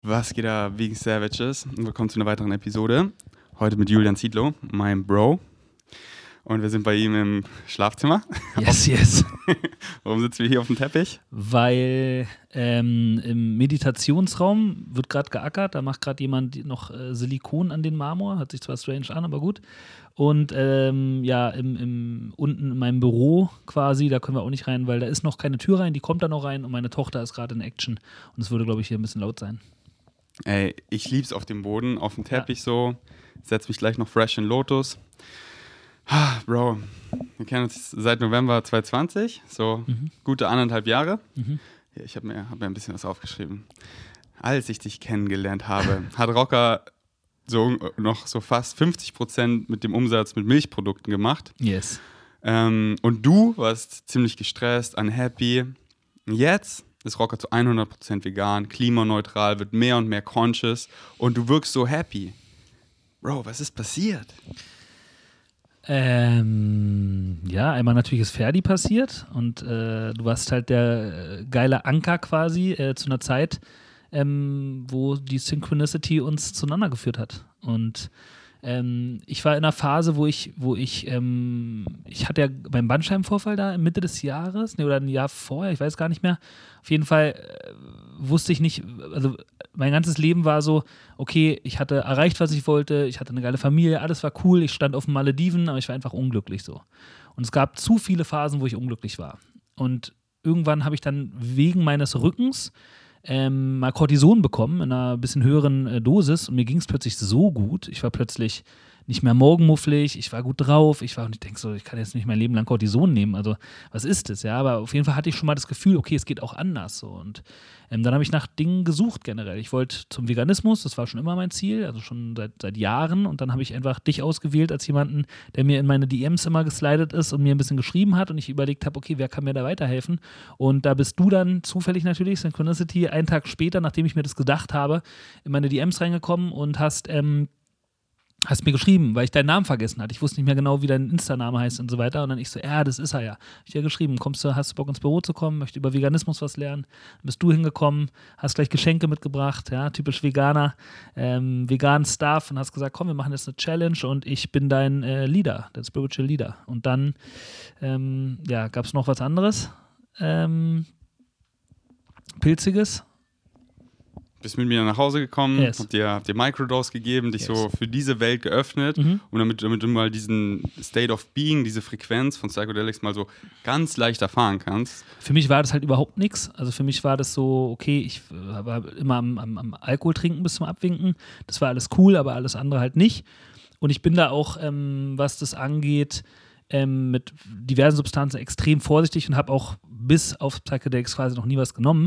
Was geht da, Vegan Savages? Und willkommen zu einer weiteren Episode. Heute mit Julian Zietlow, meinem Bro. Und wir sind bei ihm im Schlafzimmer. Yes. Warum sitzen wir hier auf dem Teppich? Weil im Meditationsraum wird gerade geackert, da macht gerade jemand noch Silikon an den Marmor, hört sich zwar strange an, aber gut. Und unten in meinem Büro quasi, da können wir auch nicht rein, weil da ist noch keine Tür rein, die kommt da noch rein und meine Tochter ist gerade in Action. Und es würde, glaube ich, hier ein bisschen laut sein. Ey, ich lieb's auf dem Boden, auf dem Teppich so. Setz mich gleich noch fresh in Lotus. Bro, wir kennen uns seit November 2020, so gute 1,5 Jahre. Ja, ich hab mir ein bisschen was aufgeschrieben. Als ich dich kennengelernt habe, hat Rocker noch so fast 50% mit dem Umsatz mit Milchprodukten gemacht. Yes. Und du warst ziemlich gestresst, unhappy. Jetzt ist Rocker zu 100% vegan, klimaneutral, wird mehr und mehr conscious und du wirkst so happy. Bro, was ist passiert? Einmal natürlich ist Ferdi passiert und du warst halt der geile Anker quasi zu einer Zeit, wo die Synchronicity uns zueinander geführt hat. Und ich war in einer Phase, wo ich hatte ja beim Bandscheibenvorfall da Mitte des Jahres, oder ein Jahr vorher, ich weiß gar nicht mehr. Auf jeden Fall wusste ich nicht, also mein ganzes Leben war so, okay, ich hatte erreicht, was ich wollte, ich hatte eine geile Familie, alles war cool, ich stand auf den Malediven, aber ich war einfach unglücklich so. Und es gab zu viele Phasen, wo ich unglücklich war. Und irgendwann habe ich dann wegen meines Rückens mal Cortison bekommen in einer bisschen höheren Dosis und mir ging es plötzlich so gut. Ich war plötzlich nicht mehr morgenmufflig, ich war gut drauf, und ich denke so, ich kann jetzt nicht mein Leben lang Cortison nehmen, also was ist das, ja, aber auf jeden Fall hatte ich schon mal das Gefühl, okay, es geht auch anders so und dann habe ich nach Dingen gesucht generell. Ich wollte zum Veganismus, das war schon immer mein Ziel, also schon seit Jahren und dann habe ich einfach dich ausgewählt als jemanden, der mir in meine DMs immer geslidet ist und mir ein bisschen geschrieben hat und ich überlegt habe, okay, wer kann mir da weiterhelfen und da bist du dann zufällig natürlich, Synchronicity, einen Tag später, nachdem ich mir das gedacht habe, in meine DMs reingekommen und hast mir geschrieben, weil ich deinen Namen vergessen hatte. Ich wusste nicht mehr genau, wie dein Insta-Name heißt und so weiter. Und dann ich so, ja, das ist er ja. Ich habe geschrieben, hast du Bock ins Büro zu kommen, möchte über Veganismus was lernen. Dann bist du hingekommen, hast gleich Geschenke mitgebracht, ja, typisch Veganer, veganen Stuff und hast gesagt, komm, wir machen jetzt eine Challenge und ich bin dein Leader, dein Spiritual Leader. Und dann, gab es noch was anderes, Pilziges. Bist mit mir nach Hause gekommen, Yes. habt dir Microdose gegeben, dich Yes. so für diese Welt geöffnet und damit du mal diesen State of Being, diese Frequenz von Psychedelics mal so ganz leicht erfahren kannst. Für mich war das halt überhaupt nichts. Also für mich war das so, okay, ich war immer am Alkohol trinken bis zum Abwinken. Das war alles cool, aber alles andere halt nicht. Und ich bin da auch, was das angeht, mit diversen Substanzen extrem vorsichtig und habe auch bis auf Psychedelics quasi noch nie was genommen.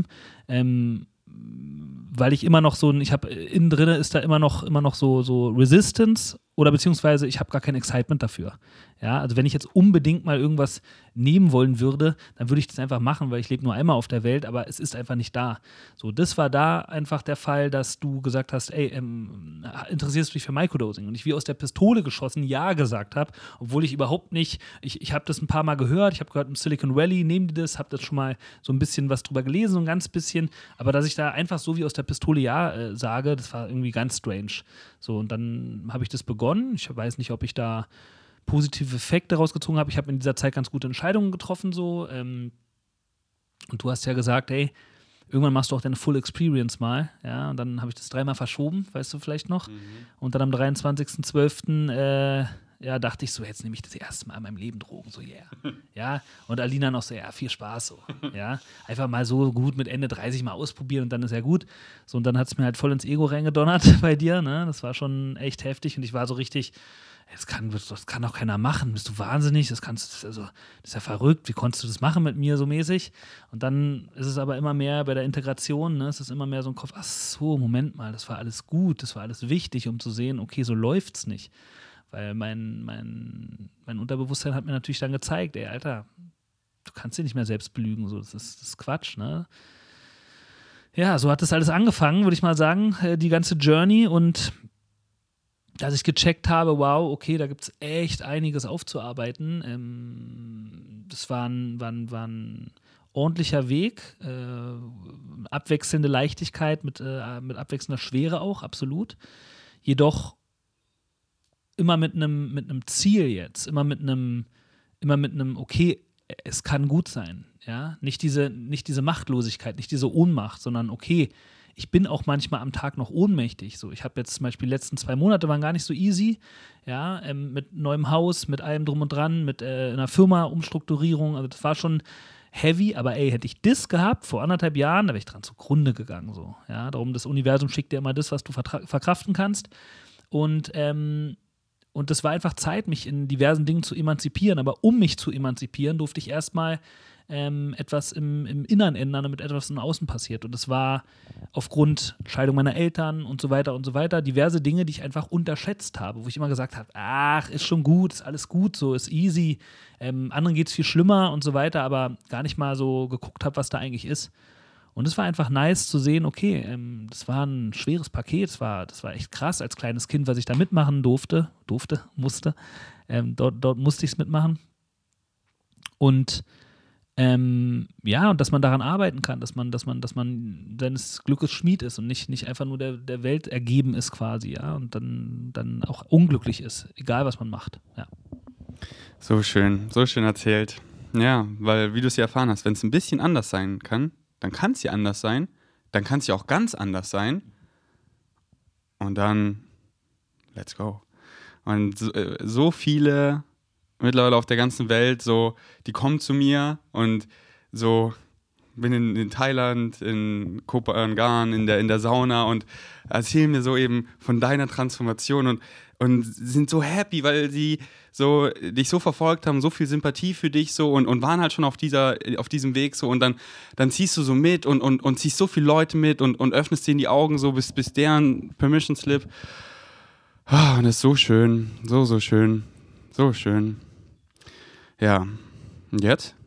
Weil ich immer noch ich habe innen drin ist da immer noch so Resistance oder beziehungsweise ich habe gar kein Excitement dafür. Ja, also wenn ich jetzt unbedingt mal irgendwas nehmen wollen würde, dann würde ich das einfach machen, weil ich lebe nur einmal auf der Welt, aber es ist einfach nicht da. So, das war da einfach der Fall, dass du gesagt hast, ey, interessierst du dich für Microdosing? Und ich wie aus der Pistole geschossen Ja gesagt habe, obwohl ich überhaupt nicht, ich habe das ein paar Mal gehört, ich habe gehört im Silicon Valley, nehmen die das, habe das schon mal so ein bisschen was drüber gelesen, so ein ganz bisschen, aber dass ich da einfach so wie aus der Pistole Ja sage, das war irgendwie ganz strange. So, und dann habe ich das begonnen. Ich weiß nicht, ob ich da positive Effekte rausgezogen habe. Ich habe in dieser Zeit ganz gute Entscheidungen getroffen, so. Und du hast ja gesagt, ey, irgendwann machst du auch deine Full Experience mal. Ja, und dann habe ich das 3-mal verschoben, weißt du vielleicht noch. Und dann am 23.12. Dachte ich so, jetzt nehme ich das erste Mal in meinem Leben Drogen, so, yeah. Ja, und Alina noch so, ja, viel Spaß, so. Ja, einfach mal so gut mit Ende 30 mal ausprobieren und dann ist ja gut. So, und dann hat es mir halt voll ins Ego reingedonnert bei dir, ne? Das war schon echt heftig und ich war so richtig, das kann doch keiner machen, bist du wahnsinnig, das ist ja verrückt, wie konntest du das machen mit mir so mäßig? Und dann ist es aber immer mehr bei der Integration, ne? Es ist immer mehr so ein Kopf, ach so, Moment mal, das war alles gut, das war alles wichtig, um zu sehen, okay, so läuft's nicht. Weil mein Unterbewusstsein hat mir natürlich dann gezeigt, ey, Alter, du kannst dich nicht mehr selbst belügen, so, das ist Quatsch, ne? Ja, so hat das alles angefangen, würde ich mal sagen, die ganze Journey und als ich gecheckt habe, wow, okay, da gibt es echt einiges aufzuarbeiten. Das waren ordentlicher Weg, abwechselnde Leichtigkeit mit abwechselnder Schwere auch, absolut. Jedoch immer mit einem Ziel jetzt, immer mit einem, okay, es kann gut sein, ja, nicht diese Machtlosigkeit, nicht diese Ohnmacht, sondern okay, ich bin auch manchmal am Tag noch ohnmächtig. So, ich habe jetzt zum Beispiel die letzten 2 Monate waren gar nicht so easy, ja, mit neuem Haus, mit allem drum und dran, mit einer Firma-Umstrukturierung, also das war schon heavy, aber ey, hätte ich das gehabt vor 1,5 Jahren, da wäre ich dran zugrunde gegangen, so, ja, darum, das Universum schickt dir immer das, was du verkraften kannst und das war einfach Zeit, mich in diversen Dingen zu emanzipieren, aber um mich zu emanzipieren, durfte ich erstmal etwas im Inneren ändern, damit etwas im Außen passiert. Und das war aufgrund Scheidung meiner Eltern und so weiter, diverse Dinge, die ich einfach unterschätzt habe, wo ich immer gesagt habe, ach, ist schon gut, ist alles gut, so ist easy, anderen geht es viel schlimmer und so weiter, aber gar nicht mal so geguckt habe, was da eigentlich ist. Und es war einfach nice zu sehen, okay, das war ein schweres Paket, das war echt krass als kleines Kind, was ich da mitmachen musste. Dort musste ich es mitmachen. Und und dass man daran arbeiten kann, dass man seines Glückes Schmied ist und nicht einfach nur der Welt ergeben ist quasi, ja, und dann auch unglücklich ist, egal was man macht, ja. So schön erzählt. Ja, weil, wie du es ja erfahren hast, wenn es ein bisschen anders sein kann, dann kann es ja anders sein, dann kann es ja auch ganz anders sein und dann let's go. Und so viele mittlerweile auf der ganzen Welt, so, die kommen zu mir und so, bin in Thailand, in Koh Phangan, in der Sauna und erzählen mir so eben von deiner Transformation und sind so happy, weil sie so dich so verfolgt haben, so viel Sympathie für dich so und waren halt schon auf diesem Weg so und dann ziehst du so mit und ziehst so viele Leute mit und öffnest denen die Augen so bis deren Permission Slip. Und das ist so schön, so schön, so schön. Ja, und jetzt?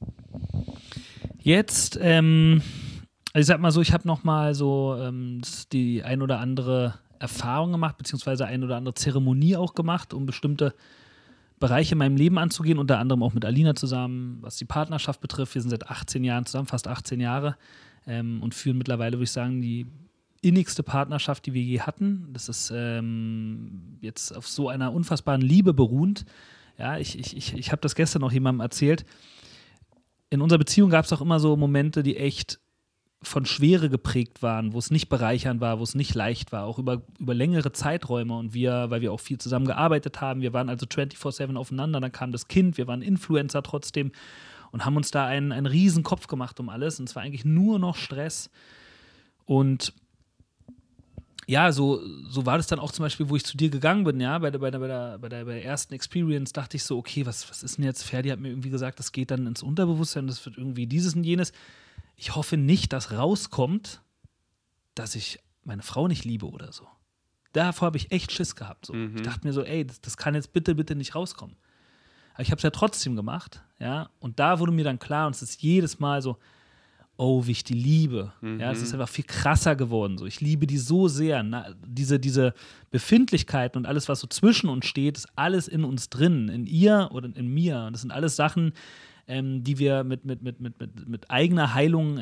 Jetzt, also ich sag mal so, ich habe nochmal so die ein oder andere Erfahrung gemacht, beziehungsweise ein oder andere Zeremonie auch gemacht, um bestimmte Bereiche in meinem Leben anzugehen, unter anderem auch mit Alina zusammen, was die Partnerschaft betrifft. Wir sind seit 18 Jahren zusammen, fast 18 Jahre und führen mittlerweile, würde ich sagen, die innigste Partnerschaft, die wir je hatten. Das ist jetzt auf so einer unfassbaren Liebe beruhend. Ja, ich habe das gestern noch jemandem erzählt. In unserer Beziehung gab es auch immer so Momente, die echt von Schwere geprägt waren, wo es nicht bereichernd war, wo es nicht leicht war, auch über längere Zeiträume. Und weil wir auch viel zusammen gearbeitet haben, wir waren also 24/7 aufeinander, dann kam das Kind, wir waren Influencer trotzdem und haben uns da einen riesen Kopf gemacht um alles. Und es war eigentlich nur noch Stress. Und ja, so war das dann auch zum Beispiel, wo ich zu dir gegangen bin, ja, bei der ersten Experience dachte ich so, okay, was ist denn jetzt? Ferdi hat mir irgendwie gesagt, das geht dann ins Unterbewusstsein, das wird irgendwie dieses und jenes. Ich hoffe nicht, dass rauskommt, dass ich meine Frau nicht liebe oder so. Davor habe ich echt Schiss gehabt. So. Ich dachte mir so, ey, das kann jetzt bitte nicht rauskommen. Aber ich habe es ja trotzdem gemacht, ja, und da wurde mir dann klar, und es ist jedes Mal so, oh, wie ich die liebe. Ja, es ist einfach viel krasser geworden. So. Ich liebe die so sehr. Diese Befindlichkeiten und alles, was so zwischen uns steht, ist alles in uns drin, in ihr oder in mir. Und das sind alles Sachen, die wir mit eigener Heilung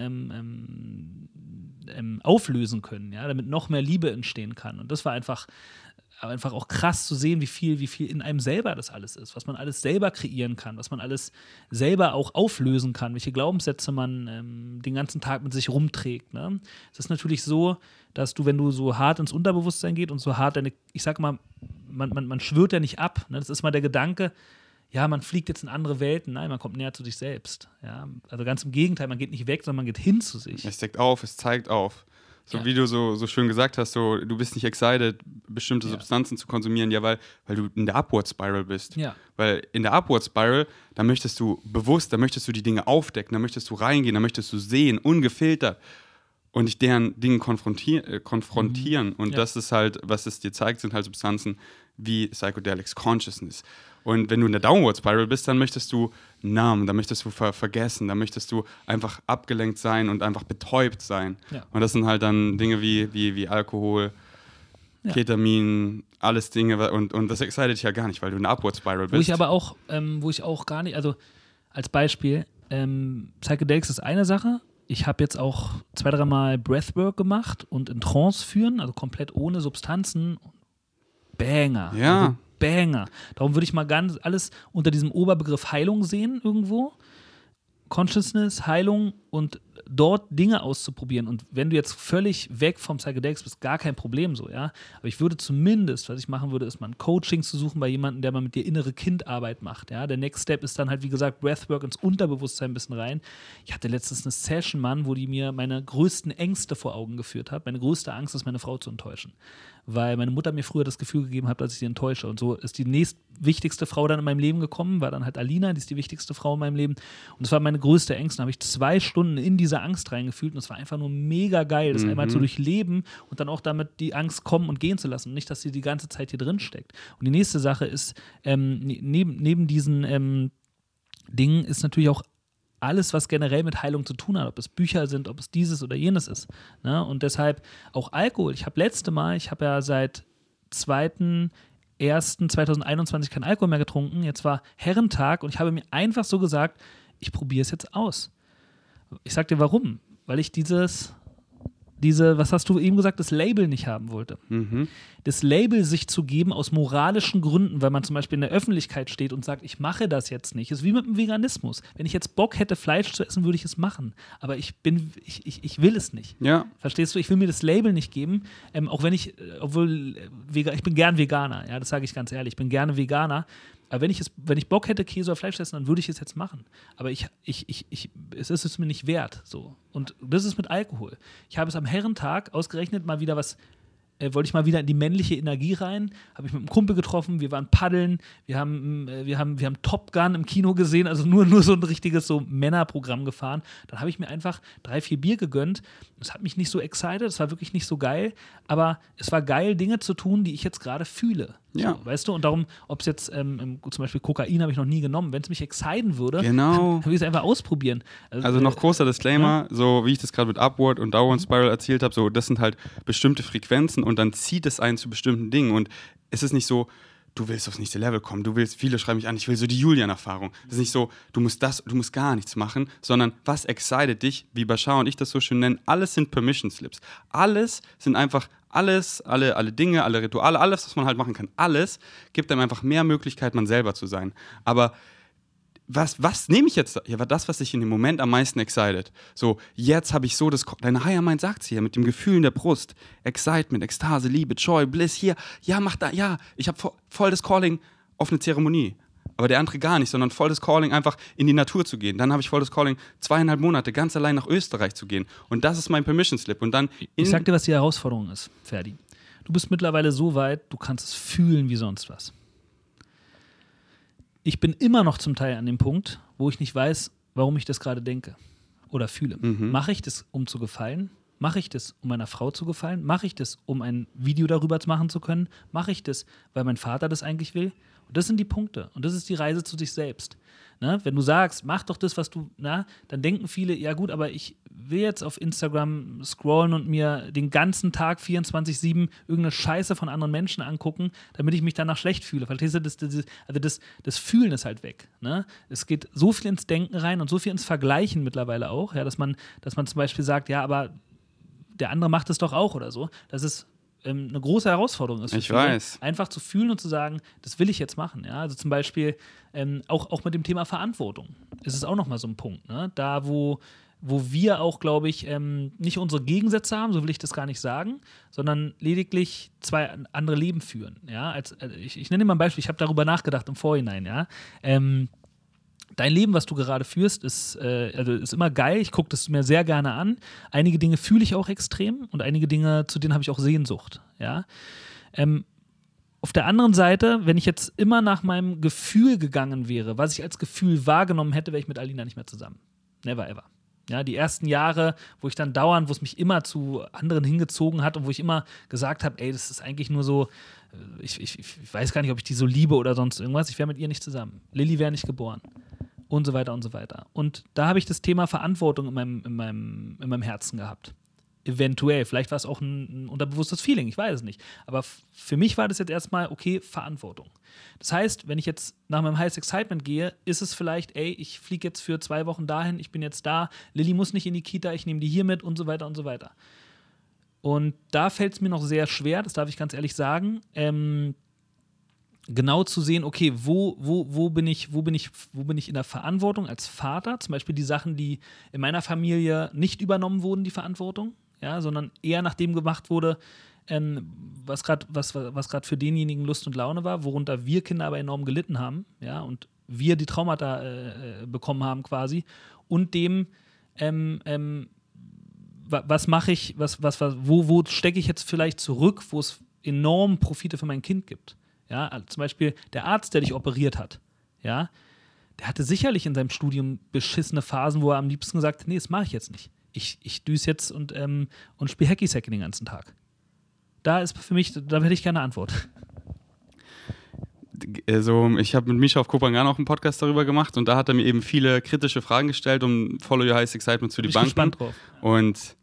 auflösen können, ja, damit noch mehr Liebe entstehen kann. Und das war einfach auch krass zu sehen, wie viel in einem selber das alles ist, was man alles selber kreieren kann, was man alles selber auch auflösen kann, welche Glaubenssätze man den ganzen Tag mit sich rumträgt. Ne? Es ist natürlich so, dass du, wenn du so hart ins Unterbewusstsein gehst und so hart ich sag mal, man schwört ja nicht ab. Ne? Das ist mal der Gedanke, ja, man fliegt jetzt in andere Welten. Nein, man kommt näher zu sich selbst. Ja? Also ganz im Gegenteil, man geht nicht weg, sondern man geht hin zu sich. Es deckt auf, es zeigt auf. So wie du so schön gesagt hast, so, du bist nicht excited, bestimmte Substanzen zu konsumieren, ja, weil du in der Upward Spiral bist. Ja. Weil in der Upward Spiral, da möchtest du die Dinge aufdecken, da möchtest du reingehen, da möchtest du sehen, ungefiltert und dich deren Dingen konfrontieren. Und das ist halt, was es dir zeigt, sind halt Substanzen wie Psychedelics, Consciousness. Und wenn du in der Downward Spiral bist, dann möchtest du numb, dann möchtest du vergessen, dann möchtest du einfach abgelenkt sein und einfach betäubt sein. Ja. Und das sind halt dann Dinge wie Alkohol, Ketamin, alles Dinge. Und das excited dich ja gar nicht, weil du in der Upward Spiral bist. Wo ich auch gar nicht, also als Beispiel, Psychedelics ist eine Sache. Ich habe jetzt auch 2-3 Mal Breathwork gemacht und in Trance führen, also komplett ohne Substanzen. Banger. Ja. Also Banger. Darum würde ich mal ganz alles unter diesem Oberbegriff Heilung sehen irgendwo. Consciousness, Heilung und dort Dinge auszuprobieren. Und wenn du jetzt völlig weg vom Psychedelics bist, gar kein Problem so, ja. Aber ich würde zumindest, was ich machen würde, ist mal ein Coaching zu suchen bei jemandem, der mal mit dir innere Kindarbeit macht, ja. Der Next Step ist dann halt, wie gesagt, Breathwork ins Unterbewusstsein ein bisschen rein. Ich hatte letztens eine Session, Mann, wo die mir meine größten Ängste vor Augen geführt hat. Meine größte Angst ist, meine Frau zu enttäuschen. Weil meine Mutter mir früher das Gefühl gegeben hat, dass ich sie enttäusche. Und so ist die nächstwichtigste Frau dann in meinem Leben gekommen, war dann halt Alina, die ist die wichtigste Frau in meinem Leben. Und das war meine größte Ängste. Da habe ich 2 Stunden in diese Angst reingefühlt und es war einfach nur mega geil, das einmal zu durchleben und dann auch damit die Angst kommen und gehen zu lassen. Und nicht, dass sie die ganze Zeit hier drin steckt. Und die nächste Sache ist, neben diesen Dingen ist natürlich auch alles, was generell mit Heilung zu tun hat, ob es Bücher sind, ob es dieses oder jenes ist. Ne? Und deshalb auch Alkohol. Ich habe ja seit 2.1.2021 kein Alkohol mehr getrunken. Jetzt war Herrentag und ich habe mir einfach so gesagt, ich probiere es jetzt aus. Ich sag dir warum. Weil ich was hast du eben gesagt, das Label nicht haben wollte. Das Label sich zu geben aus moralischen Gründen, weil man zum Beispiel in der Öffentlichkeit steht und sagt, ich mache das jetzt nicht, ist wie mit dem Veganismus. Wenn ich jetzt Bock hätte, Fleisch zu essen, würde ich es machen. Aber ich will es nicht. Ja. Verstehst du? Ich will mir das Label nicht geben, ich bin gern Veganer, ja, das sage ich ganz ehrlich, ich bin gerne Veganer. Aber wenn ich Bock hätte, Käse oder Fleisch zu essen, dann würde ich es jetzt machen. Aber es ist es mir nicht wert. So. Und das ist mit Alkohol. Ich habe es am Herrentag ausgerechnet mal wieder wollte ich mal wieder in die männliche Energie rein, habe ich mit einem Kumpel getroffen, wir waren paddeln, wir haben Top Gun im Kino gesehen, also nur so ein richtiges so Männerprogramm gefahren. Dann habe ich mir einfach 3-4 Bier gegönnt. Das hat mich nicht so excited, das war wirklich nicht so geil, aber es war geil, Dinge zu tun, die ich jetzt gerade fühle. Ja. So, weißt du? Und darum, ob es jetzt zum Beispiel Kokain habe ich noch nie genommen, wenn es mich exciten würde, genau, dann würde ich es einfach ausprobieren. Also noch großer Disclaimer, so wie ich das gerade mit Upward und Downward Spiral erzählt habe, so das sind halt bestimmte Frequenzen und dann zieht es einen zu bestimmten Dingen und es ist nicht so, du willst aufs nächste Level kommen, viele schreiben mich an, ich will so die Julian-Erfahrung. Das ist nicht so, du musst gar nichts machen, sondern was excited dich, wie Bashar und ich das so schön nennen, alles sind Permission Slips. Alles sind einfach alle Dinge, alle Rituale, alles, was man halt machen kann, alles gibt einem einfach mehr Möglichkeit, man selber zu sein. Aber was nehme ich jetzt? Ja, war das, was dich in dem Moment am meisten excited. So, jetzt habe ich so deine Higher Mind sagt es hier, mit dem Gefühl in der Brust, Excitement, Ekstase, Liebe, Joy, Bliss, hier, ja, mach da, ja, ich habe voll das Calling auf eine Zeremonie. Aber der andere gar nicht, sondern voll das Calling, einfach in die Natur zu gehen. Dann habe ich voll das Calling, 2,5 Monate ganz allein nach Österreich zu gehen. Und das ist mein Permission Slip. Und dann ich sag dir, was die Herausforderung ist, Ferdi. Du bist mittlerweile so weit, du kannst es fühlen wie sonst was. Ich bin immer noch zum Teil an dem Punkt, wo ich nicht weiß, warum ich das gerade denke oder fühle. Mache ich das, um zu gefallen? Mache ich das, um meiner Frau zu gefallen? Mache ich das, um ein Video darüber machen zu können? Mache ich das, weil mein Vater das eigentlich will? Und das sind die Punkte. Und das ist die Reise zu sich selbst. Ne? Wenn du sagst, mach doch das, was du, dann denken viele, ja gut, aber ich will jetzt auf Instagram scrollen und mir den ganzen Tag 24/7 irgendeine Scheiße von anderen Menschen angucken, damit ich mich danach schlecht fühle. Verstehst du? Das Fühlen ist halt weg. Ne? Es geht so viel ins Denken rein und so viel ins Vergleichen mittlerweile auch, ja, dass man zum Beispiel sagt, ja, aber der andere macht es doch auch oder so. Das ist eine große Herausforderung ist. Ich weiß. Einfach zu fühlen und zu sagen, das will ich jetzt machen. Ja? Also zum Beispiel auch mit dem Thema Verantwortung ist es auch nochmal so ein Punkt. Ne? Da, wo wir auch, glaube ich, nicht unsere Gegensätze haben, so will ich das gar nicht sagen, sondern lediglich 2 andere Leben führen. Ja? Ich nenne dir mal ein Beispiel, ich habe darüber nachgedacht im Vorhinein. Ja? Dein Leben, was du gerade führst, ist immer geil. Ich gucke das mir sehr gerne an. Einige Dinge fühle ich auch extrem und einige Dinge, zu denen habe ich auch Sehnsucht. Ja? Auf der anderen Seite, wenn ich jetzt immer nach meinem Gefühl gegangen wäre, was ich als Gefühl wahrgenommen hätte, wäre ich mit Alina nicht mehr zusammen. Never ever. Ja, die ersten Jahre, wo es mich immer zu anderen hingezogen hat und wo ich immer gesagt habe, ey, das ist eigentlich nur so, ich weiß gar nicht, ob ich die so liebe oder sonst irgendwas, ich wäre mit ihr nicht zusammen. Lilly wäre nicht geboren. Und so weiter und so weiter. Und da habe ich das Thema Verantwortung in meinem Herzen gehabt. Eventuell. Vielleicht war es auch ein unterbewusstes Feeling, ich weiß es nicht. Aber für mich war das jetzt erstmal, okay, Verantwortung. Das heißt, wenn ich jetzt nach meinem Highest Excitement gehe, ist es vielleicht, ey, ich fliege jetzt für 2 Wochen dahin, ich bin jetzt da, Lilly muss nicht in die Kita, ich nehme die hier mit und so weiter und so weiter. Und da fällt es mir noch sehr schwer, das darf ich ganz ehrlich sagen, genau zu sehen, okay, wo bin ich in der Verantwortung als Vater? Zum Beispiel die Sachen, die in meiner Familie nicht übernommen wurden, die Verantwortung, ja, sondern eher nach dem gemacht wurde, was gerade für denjenigen Lust und Laune war, worunter wir Kinder aber enorm gelitten haben, ja, und wir die Traumata bekommen haben quasi, und dem was mache ich, wo stecke ich jetzt vielleicht zurück, wo es enorm Profite für mein Kind gibt. Ja, also zum Beispiel der Arzt, der dich operiert hat, ja, der hatte sicherlich in seinem Studium beschissene Phasen, wo er am liebsten gesagt hat, nee, das mache ich jetzt nicht. Ich düse jetzt und spiele Hacky-Sacky den ganzen Tag. Da ist für mich, da hätte ich keine Antwort. Also, ich habe mit Misha auf Kopangan auch einen Podcast darüber gemacht und da hat er mir eben viele kritische Fragen gestellt, um Follow Your Highest Excitement zu debunken. Ich bin gespannt drauf. Und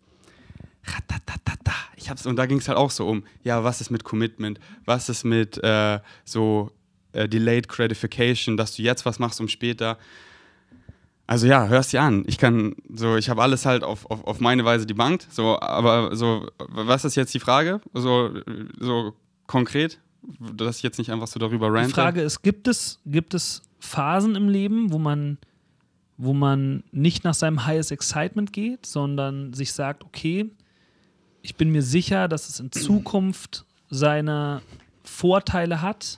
und da ging es halt auch so um, ja, was ist mit Commitment, was ist mit Delayed Gratification, dass du jetzt was machst, um später. Also ja, hörst dir an. Ich habe alles halt auf meine Weise debunked, aber was ist jetzt die Frage? So konkret, dass ich jetzt nicht einfach so darüber rante. Die Frage ist, gibt es Phasen im Leben, wo man nicht nach seinem Highest Excitement geht, sondern sich sagt, okay, ich bin mir sicher, dass es in Zukunft seine Vorteile hat,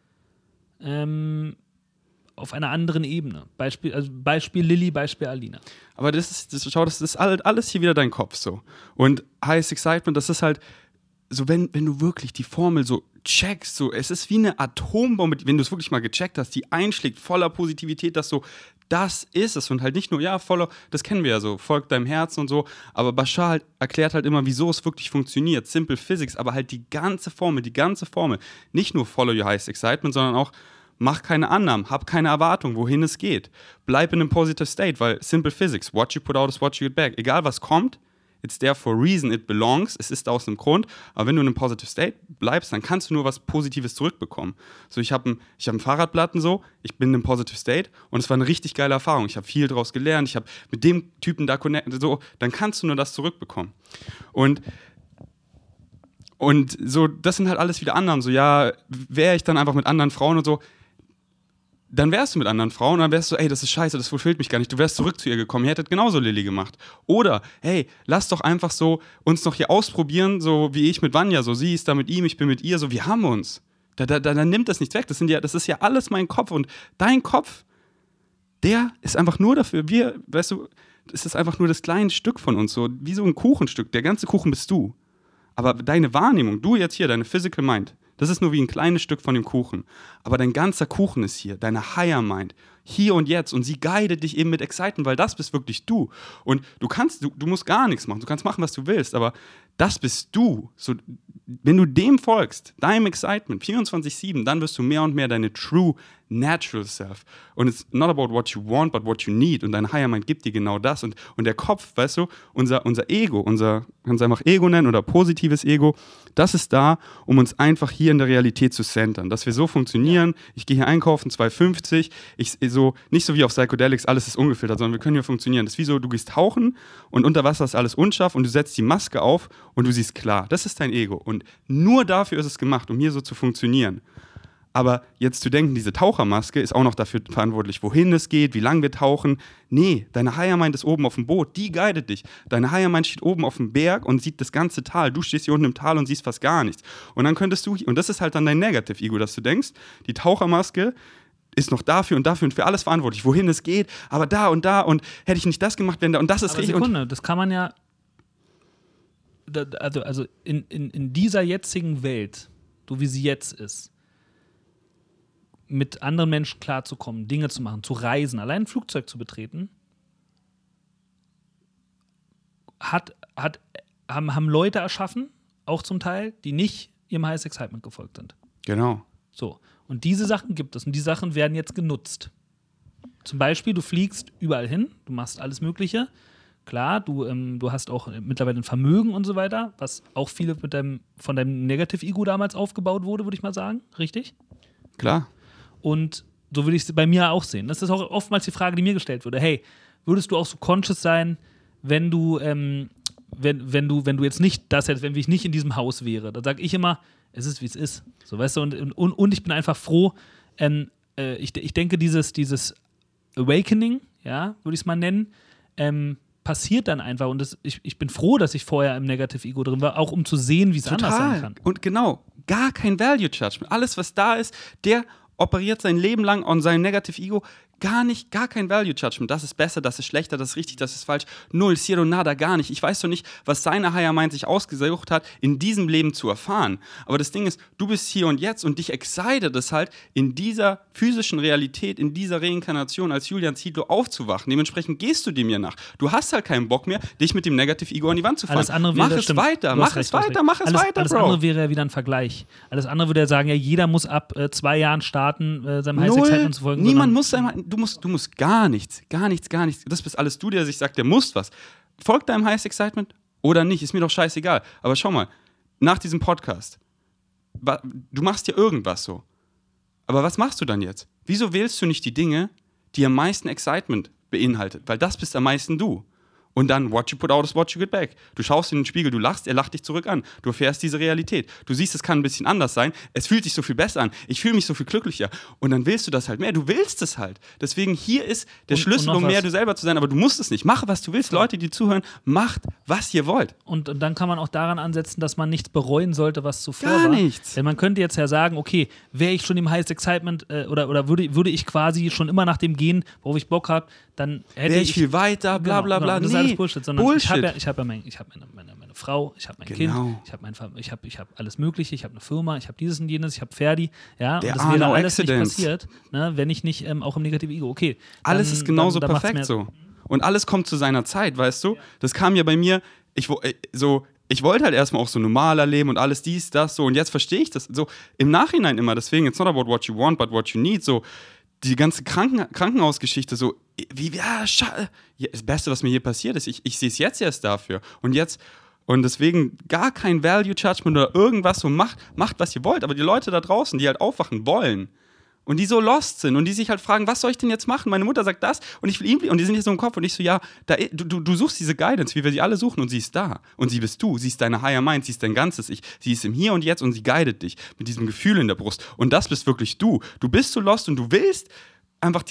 auf einer anderen Ebene. Beispiel Lilly, Beispiel Alina. Aber das ist halt alles hier wieder dein Kopf so. Und Highest Excitement, das ist halt so, wenn du wirklich die Formel so checkst, so, es ist wie eine Atombombe, wenn du es wirklich mal gecheckt hast, die einschlägt voller Positivität, dass so, das ist es und halt nicht nur, ja, das kennen wir ja so, folgt deinem Herzen und so, aber Bashar halt erklärt halt immer, wieso es wirklich funktioniert, Simple Physics, aber halt die ganze Formel, nicht nur Follow Your Highest Excitement, sondern auch mach keine Annahmen, hab keine Erwartung, wohin es geht, bleib in einem Positive State, weil Simple Physics, what you put out is what you get back, egal was kommt, it's there for a reason, it belongs, es ist aus einem Grund, aber wenn du in einem Positive State bleibst, dann kannst du nur was Positives zurückbekommen. So, ich hab ein Fahrradplatten so, ich bin in einem Positive State und es war eine richtig geile Erfahrung. Ich habe viel daraus gelernt, ich habe mit dem Typen da connected, so, dann kannst du nur das zurückbekommen. Und so, das sind halt alles wieder Annahmen, so, ja, wäre ich dann einfach mit anderen Frauen und so, dann wärst du mit anderen Frauen und dann wärst du, ey, das ist scheiße, das fulfillt mich gar nicht. Du wärst zurück zu ihr gekommen, ihr hättet genauso Lilly gemacht. Oder, hey, lass doch einfach so uns noch hier ausprobieren, so wie ich mit Vanya, so sie ist da mit ihm, ich bin mit ihr, so wir haben uns. Dann nimmt das nichts weg, das ist ja alles mein Kopf und dein Kopf, der ist einfach nur dafür, weißt du, es ist einfach nur das kleine Stück von uns, so wie so ein Kuchenstück, der ganze Kuchen bist du. Aber deine Wahrnehmung, du jetzt hier, deine Physical Mind, das ist nur wie ein kleines Stück von dem Kuchen. Aber dein ganzer Kuchen ist hier, deine Higher Mind, hier und jetzt. Und sie guidet dich eben mit Excitement, weil das bist wirklich du. Und du musst gar nichts machen. Du kannst machen, was du willst, aber das bist du. So, wenn du dem folgst, deinem Excitement, 24/7, dann wirst du mehr und mehr deine true natural self. Und it's not about what you want, but what you need. Und dein Higher Mind gibt dir genau das. Und der Kopf, weißt du, unser Ego, kannst du einfach Ego nennen oder positives Ego, das ist da, um uns einfach hier in der Realität zu centern. Dass wir so funktionieren, ich gehe hier einkaufen, 2,50, nicht so wie auf Psychedelics, alles ist ungefiltert, sondern wir können hier funktionieren. Das ist wie so, du gehst tauchen und unter Wasser ist alles unscharf und du setzt die Maske auf und du siehst klar. Das ist dein Ego. Und nur dafür ist es gemacht, um hier so zu funktionieren. Aber jetzt zu denken, diese Tauchermaske ist auch noch dafür verantwortlich, wohin es geht, wie lange wir tauchen. Nee, deine Higher Mind ist oben auf dem Boot, die guidet dich. Deine Higher Mind steht oben auf dem Berg und sieht das ganze Tal. Du stehst hier unten im Tal und siehst fast gar nichts. Und dann könntest du, und das ist halt dann dein Negative Ego, dass du denkst, die Tauchermaske ist noch dafür und für alles verantwortlich, wohin es geht, aber da und hätte ich nicht das gemacht, wenn da und das ist richtig. Sekunde, das kann man ja, also in dieser jetzigen Welt, so wie sie jetzt ist, mit anderen Menschen klarzukommen, Dinge zu machen, zu reisen, allein ein Flugzeug zu betreten, haben Leute erschaffen, auch zum Teil, die nicht ihrem Highest Excitement gefolgt sind. Genau. So. Und diese Sachen gibt es und die Sachen werden jetzt genutzt. Zum Beispiel, du fliegst überall hin, du machst alles Mögliche, Klar, du hast auch mittlerweile ein Vermögen und so weiter, was auch viele von deinem Negative-Ego damals aufgebaut wurde, würde ich mal sagen. Richtig? Klar. Und so würde ich es bei mir auch sehen. Das ist auch oftmals die Frage, die mir gestellt wurde. Hey, würdest du auch so conscious sein, wenn du jetzt nicht das hättest, wenn ich nicht in diesem Haus wäre? Da sage ich immer, es ist, wie es ist. So, weißt du, und ich bin einfach froh, ich denke, dieses Awakening, ja, würde ich es mal nennen, passiert dann einfach. Und ich bin froh, dass ich vorher im Negative Ego drin war, auch um zu sehen, wie es anders sein kann. Und genau, gar kein Value Judgment. Alles, was da ist, der operiert sein Leben lang an seinem Negative Ego. Gar kein Value Judgment. Das ist besser, das ist schlechter, das ist richtig, das ist falsch. Null, cero, nada, gar nicht. Ich weiß doch nicht, was seine Higher Mind sich ausgesucht hat, in diesem Leben zu erfahren. Aber das Ding ist, du bist hier und jetzt und dich excited es halt, in dieser physischen Realität, in dieser Reinkarnation als Julian Zietlow aufzuwachen. Dementsprechend gehst du dem ja nach. Du hast halt keinen Bock mehr, dich mit dem Negative Ego an die Wand zu fahren. Alles andere wäre, mach es weiter, alles Bro. andere wäre ja wieder ein Vergleich. Alles andere würde ja sagen, ja, jeder muss ab 2 Jahren starten, seinem Highest Excitement zu folgen. Niemand muss du musst gar nichts. Das bist alles du, der sich sagt, der muss was. Folgt deinem Highest Excitement oder nicht, ist mir doch scheißegal. Aber schau mal, nach diesem Podcast, du machst ja irgendwas so. Aber was machst du dann jetzt? Wieso wählst du nicht die Dinge, die am meisten Excitement beinhaltet? Weil das bist am meisten du. Und dann, what you put out is what you get back. Du schaust in den Spiegel, du lachst, er lacht dich zurück an. Du erfährst diese Realität. Du siehst, es kann ein bisschen anders sein. Es fühlt sich so viel besser an. Ich fühle mich so viel glücklicher. Und dann willst du das halt mehr. Du willst es halt. Deswegen, hier ist der Schlüssel, um mehr du selber zu sein. Aber du musst es nicht. Mach, was du willst. Leute, die zuhören, macht, was ihr wollt. Und dann kann man auch daran ansetzen, dass man nichts bereuen sollte, was zuvor war. Gar nichts. Denn man könnte jetzt ja sagen, okay, wäre ich schon im Highest Excitement oder würde ich quasi schon immer nach dem gehen, worauf ich Bock habe, dann hätte ich viel weiter, bla bla bla. Das ist alles Bullshit, sondern Bullshit. Ich habe meine Frau, ich habe mein Kind, ich habe alles Mögliche, ich habe eine Firma, ich habe dieses und jenes, ich habe Ferdi, ja, und das wäre alles nicht passiert, ne, wenn ich nicht auch im Negative Ego, okay. Alles ist genauso perfekt so. Und alles kommt zu seiner Zeit, weißt du? Das kam ja bei mir, ich wollte halt erstmal auch so normaler leben und alles dies, das, so, und jetzt verstehe ich das so im Nachhinein immer, deswegen, it's not about what you want, but what you need, so, die ganze Krankenhausgeschichte, so, das Beste, was mir hier passiert ist, ich sehe es jetzt erst dafür. Und deswegen gar kein Value Judgment oder irgendwas, so macht, was ihr wollt. Aber die Leute da draußen, die halt aufwachen wollen und die so lost sind und die sich halt fragen, was soll ich denn jetzt machen? Meine Mutter sagt das und ich will ihm, und die sind hier so im Kopf und ich so, ja, du suchst diese Guidance, wie wir sie alle suchen, und sie ist da. Und sie bist du, sie ist deine Higher Mind, sie ist dein ganzes Ich, sie ist im Hier und Jetzt und sie guidet dich mit diesem Gefühl in der Brust. Und das bist wirklich du. Du bist so lost und du willst einfach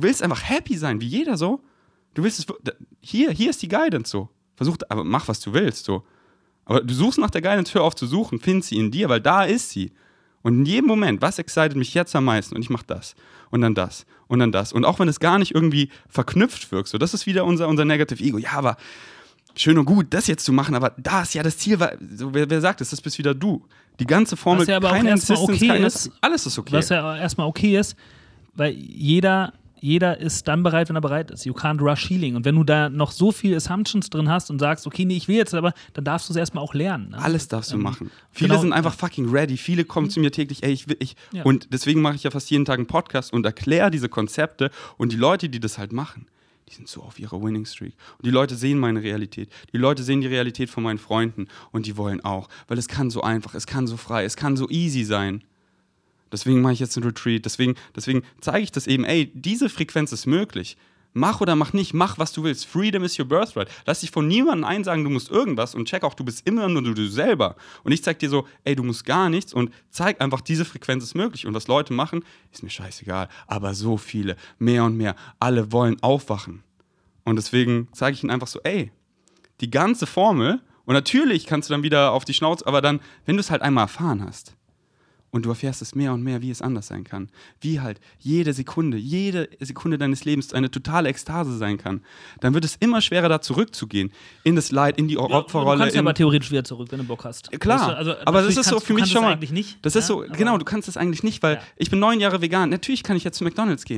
happy sein, wie jeder so. Du willst es, hier ist die Guidance so. Aber mach, was du willst so. Aber du suchst nach der Guidance, hör auf zu suchen, find sie in dir, weil da ist sie. Und in jedem Moment, was excited mich jetzt am meisten? Und ich mach das und dann das und dann das. Und auch wenn es gar nicht irgendwie verknüpft wirkt, so, das ist wieder unser Negative Ego. Ja, aber schön und gut, das jetzt zu machen, aber da ist ja das Ziel, so, wer sagt es, das bist wieder du. Die ganze Formel, was ja aber keine Insistence, alles ist okay. Was ja erstmal okay ist, weil jeder ist dann bereit, wenn er bereit ist. You can't rush healing. Und wenn du da noch so viele Assumptions drin hast und sagst, okay, nee, ich will jetzt, aber dann darfst du es erstmal auch lernen. Ne? Alles darfst du machen. Viele sind einfach fucking ready. Viele kommen zu mir täglich, ey, ich will. Ja. Und deswegen mache ich ja fast jeden Tag einen Podcast und erkläre diese Konzepte. Und die Leute, die das halt machen, die sind so auf ihrer Winning Streak. Und die Leute sehen meine Realität. Die Leute sehen die Realität von meinen Freunden. Und die wollen auch. Weil es kann so einfach, es kann so frei, es kann so easy sein. Deswegen mache ich jetzt einen Retreat, deswegen zeige ich das eben, ey, diese Frequenz ist möglich. Mach oder mach nicht, mach, was du willst. Freedom is your birthright. Lass dich von niemandem einsagen, du musst irgendwas, und check auch, du bist immer nur du selber. Und ich zeig dir so, ey, du musst gar nichts, und zeig einfach, diese Frequenz ist möglich. Und was Leute machen, ist mir scheißegal. Aber so viele, mehr und mehr, alle wollen aufwachen. Und deswegen zeige ich ihnen einfach so, ey, die ganze Formel, und natürlich kannst du dann wieder auf die Schnauze, aber dann, wenn du es halt einmal erfahren hast, und du erfährst es mehr und mehr, wie es anders sein kann. Wie halt jede Sekunde deines Lebens eine totale Ekstase sein kann. Dann wird es immer schwerer, da zurückzugehen. In das Leid, in die Opferrolle. Du kannst ja aber theoretisch wieder zurück, wenn du Bock hast. Klar, also, aber das ist so für mich schon mal. Nicht, das ist so, genau, du kannst das eigentlich nicht, weil ich bin 9 Jahre vegan. Natürlich kann ich jetzt zu McDonald's gehen. Ja.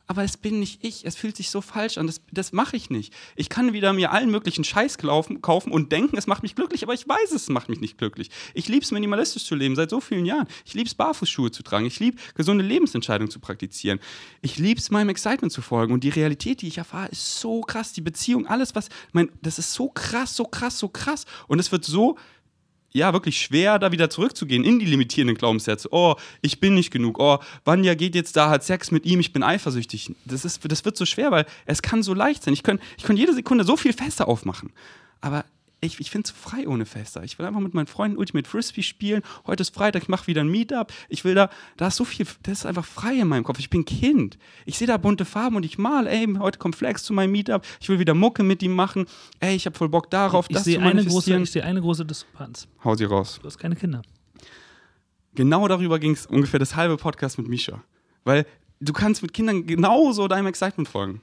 aber es bin nicht ich. Es fühlt sich so falsch an. Das mache ich nicht. Ich kann wieder mir allen möglichen Scheiß kaufen und denken, es macht mich glücklich, aber ich weiß, es macht mich nicht glücklich. Ich liebe es, minimalistisch zu leben, seit so vielen Jahren. Ich liebe es, Barfußschuhe zu tragen. Ich liebe, gesunde Lebensentscheidungen zu praktizieren. Ich liebe es, meinem Excitement zu folgen. Und die Realität, die ich erfahre, ist so krass. Die Beziehung, alles, das ist so krass, so krass, so krass. Und es wird so, ja, wirklich schwer, da wieder zurückzugehen in die limitierenden Glaubenssätze. Oh, ich bin nicht genug. Oh, Vanja geht jetzt da, hat Sex mit ihm, ich bin eifersüchtig. Das wird so schwer, weil es kann so leicht sein. Ich kann jede Sekunde so viel Fässer aufmachen. Aber ich finde es frei ohne Fässer. Ich will einfach mit meinen Freunden Ultimate Frisbee spielen. Heute ist Freitag, ich mache wieder ein Meetup. Ich will da ist so viel, das ist einfach frei in meinem Kopf. Ich bin Kind. Ich sehe da bunte Farben und ich male, heute kommt Flex zu meinem Meetup. Ich will wieder Mucke mit ihm machen. Ich habe voll Bock darauf, das zu manifestieren. Ich sehe eine große Diskrepanz. Hau sie raus. Du hast keine Kinder. Genau darüber ging es ungefähr das halbe Podcast mit Misha. Weil du kannst mit Kindern genauso deinem Excitement folgen.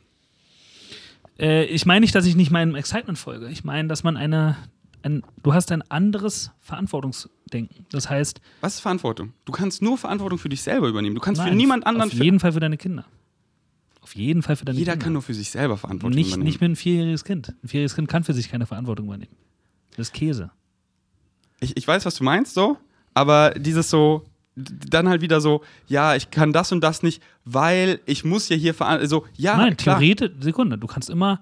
Ich meine nicht, dass ich nicht meinem Excitement folge. Ich meine, dass man du hast ein anderes Verantwortungsdenken. Das heißt... Was ist Verantwortung? Du kannst nur Verantwortung für dich selber übernehmen. Du kannst für niemand anderen... Auf jeden Fall für deine Kinder. Auf jeden Fall für deine Jeder Kinder. kann nur für sich selber Verantwortung übernehmen. Nicht mit einem 4-jähriges Kind. Ein 4-jähriges Kind kann für sich keine Verantwortung übernehmen. Das ist Käse. Ich weiß, was du meinst, so, aber dieses so... Dann halt wieder so, ja, ich kann das und das nicht, weil ich muss ja hier so, ja, nein, klar. Theoretisch, Sekunde, du kannst immer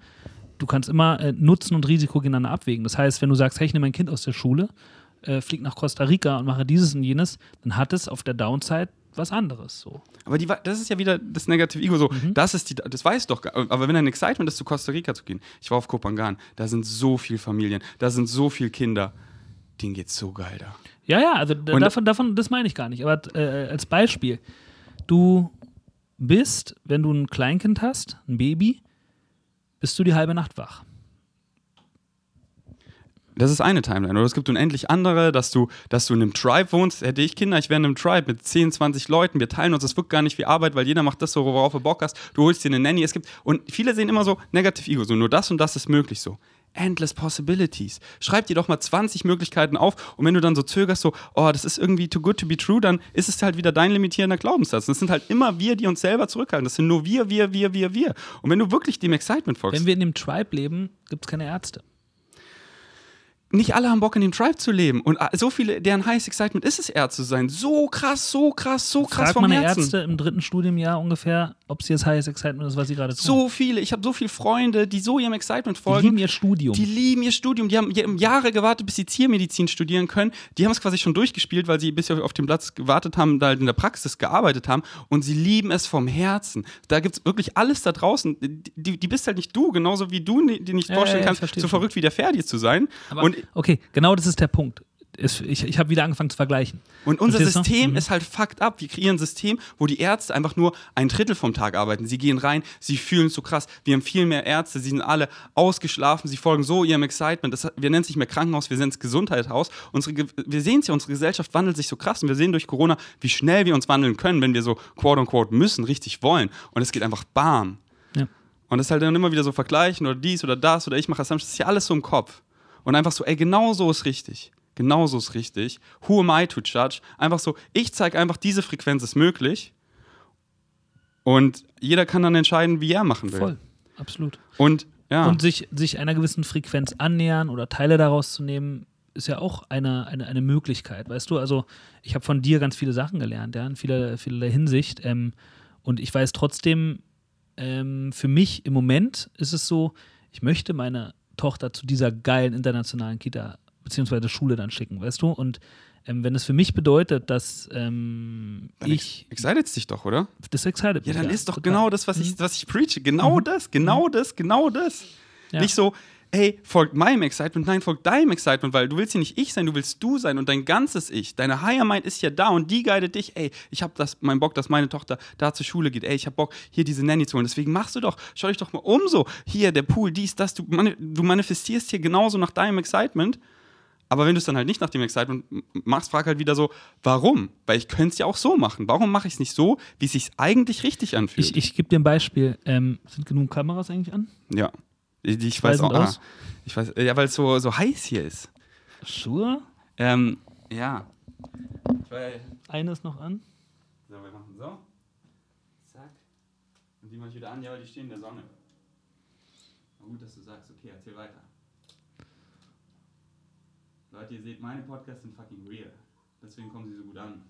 Nutzen und Risiko gegeneinander abwägen. Das heißt, wenn du sagst, hey, ich nehme mein Kind aus der Schule, fliege nach Costa Rica und mache dieses und jenes, dann hat es auf der Downside was anderes. So. Aber das ist ja wieder das Negative Ego, so, das weißt doch, aber wenn ein Excitement ist, zu Costa Rica zu gehen, ich war auf Kopangan, da sind so viele Familien, da sind so viele Kinder, denen geht's so geil da. Ja, also davon, das meine ich gar nicht. Aber als Beispiel, du bist, wenn du ein Kleinkind hast, ein Baby, bist du die halbe Nacht wach. Das ist eine Timeline. Oder es gibt unendlich andere, dass du in einem Tribe wohnst. Hätte ich Kinder, ich wäre in einem Tribe mit 10, 20 Leuten. Wir teilen uns, das wirkt gar nicht wie Arbeit, weil jeder macht das so, worauf er Bock hast. Du holst dir eine Nanny. Und viele sehen immer so Negative Ego, so nur das und das ist möglich so. Endless Possibilities. Schreib dir doch mal 20 Möglichkeiten auf und wenn du dann so zögerst, so, oh, das ist irgendwie too good to be true, dann ist es halt wieder dein limitierender Glaubenssatz. Das sind halt immer wir, die uns selber zurückhalten. Das sind nur wir. Und wenn du wirklich dem Excitement folgst. Wenn wir in dem Tribe leben, gibt es keine Ärzte. Nicht alle haben Bock, in dem Tribe zu leben. Und so viele, deren Highest Excitement ist es, Ärzte zu sein. So krass vom Herzen. Frag meine Ärzte im 3. Studienjahr ungefähr, ob sie das Highest Excitement ist, was sie gerade tun. So viele. Ich habe so viele Freunde, die so ihrem Excitement folgen. Die lieben ihr Studium. Die haben Jahre gewartet, bis sie Tiermedizin studieren können. Die haben es quasi schon durchgespielt, weil sie bisher auf dem Platz gewartet haben, da halt in der Praxis gearbeitet haben. Und sie lieben es vom Herzen. Da gibt es wirklich alles da draußen. Die bist halt nicht du, genauso wie du dir nicht vorstellen kannst, so verrückt wie der Ferdi zu sein. Aber okay, genau das ist der Punkt. Ich habe wieder angefangen zu vergleichen. Und unser System ist halt fucked up. Wir kreieren ein System, wo die Ärzte einfach nur ein Drittel vom Tag arbeiten. Sie gehen rein, sie fühlen es so krass. Wir haben viel mehr Ärzte, sie sind alle ausgeschlafen, sie folgen so ihrem Excitement. Wir nennen es nicht mehr Krankenhaus, wir nennen es Gesundheitshaus. Wir sehen es ja, unsere Gesellschaft wandelt sich so krass und wir sehen durch Corona, wie schnell wir uns wandeln können, wenn wir so quote-unquote müssen, richtig wollen. Und es geht einfach bam. Ja. Und das halt dann immer wieder so vergleichen oder dies oder das oder ich mache das ist ja alles so im Kopf. Und einfach so, genau so ist richtig. Genauso ist richtig. Who am I to judge? Einfach so, ich zeige einfach, diese Frequenz ist möglich und jeder kann dann entscheiden, wie er machen will. Voll, absolut. Und sich einer gewissen Frequenz annähern oder Teile daraus zu nehmen, ist ja auch eine Möglichkeit, weißt du? Also ich habe von dir ganz viele Sachen gelernt, ja, in vielerlei Hinsicht und ich weiß trotzdem, für mich im Moment ist es so, ich möchte meine Tochter zu dieser geilen internationalen Kita beziehungsweise Schule dann schicken, weißt du? Und wenn es für mich bedeutet, dass excited dich doch, oder? Das excited mich. Ja, dann ist doch total. Genau das, was ich preache. Genau das. Ja. Nicht so, hey, folgt meinem Excitement, nein, folgt deinem Excitement, weil du willst hier nicht ich sein, du willst du sein und dein ganzes Ich, deine Higher Mind ist ja da und die guidet dich, ey, ich hab meinen Bock, dass meine Tochter da zur Schule geht, ey, ich hab Bock, hier diese Nanny zu holen, deswegen machst du doch, schau dich doch mal um so, hier, der Pool, dies, das, du manifestierst hier genauso nach deinem Excitement, aber wenn du es dann halt nicht nach dem Excitement machst, frag halt wieder so, warum? Weil ich könnte es ja auch so machen, warum mache ich es nicht so, wie es sich eigentlich richtig anfühlt? Ich gebe dir ein Beispiel, sind genug Kameras eigentlich an? Ja. Ich weiß auch. Ich weiß, ja, weil es so heiß hier ist. Schuhe? Ja. Eine ist noch an. So, wir machen so. Zack. Und die mache ich wieder an, ja, weil die stehen in der Sonne. Na gut, dass du sagst, okay, erzähl weiter. Leute, ihr seht, meine Podcasts sind fucking real. Deswegen kommen sie so gut an.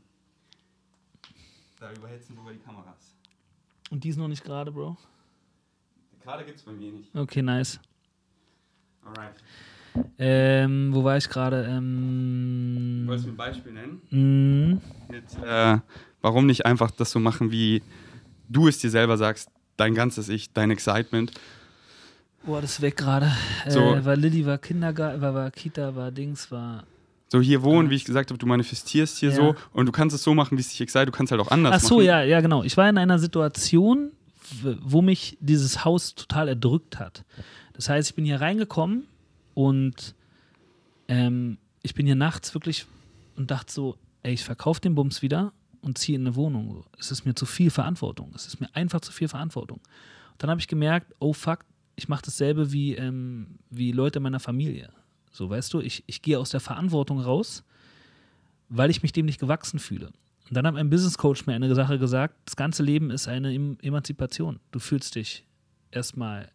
Da überhitzen sogar die Kameras. Und die ist noch nicht gerade, Bro? Gerade gibt's bei mir nicht. Okay, nice. Alright. Wo war ich gerade? Wolltest du ein Beispiel nennen? Mit, warum nicht einfach das so machen, wie du es dir selber sagst, dein ganzes Ich, dein Excitement. Boah, das ist weg gerade. So. War Lilly, war Kindergarten, war Kita, war Dings, war... So hier wohnen, wie ich gesagt habe, du manifestierst hier so und du kannst es so machen, wie es dich excite, du kannst halt auch anders machen. Ach so, ja, genau. Ich war in einer Situation, wo mich dieses Haus total erdrückt hat. Das heißt, ich bin hier reingekommen und ich bin hier nachts wirklich und dachte so, ey, ich verkaufe den Bums wieder und ziehe in eine Wohnung. Es ist mir zu viel Verantwortung. Es ist mir einfach zu viel Verantwortung. Und dann habe ich gemerkt, oh fuck, ich mache dasselbe wie Leute meiner Familie. So, weißt du, ich gehe aus der Verantwortung raus, weil ich mich dem nicht gewachsen fühle. Und dann hat ein Business Coach mir eine Sache gesagt, das ganze Leben ist eine Emanzipation. Du fühlst dich erstmal,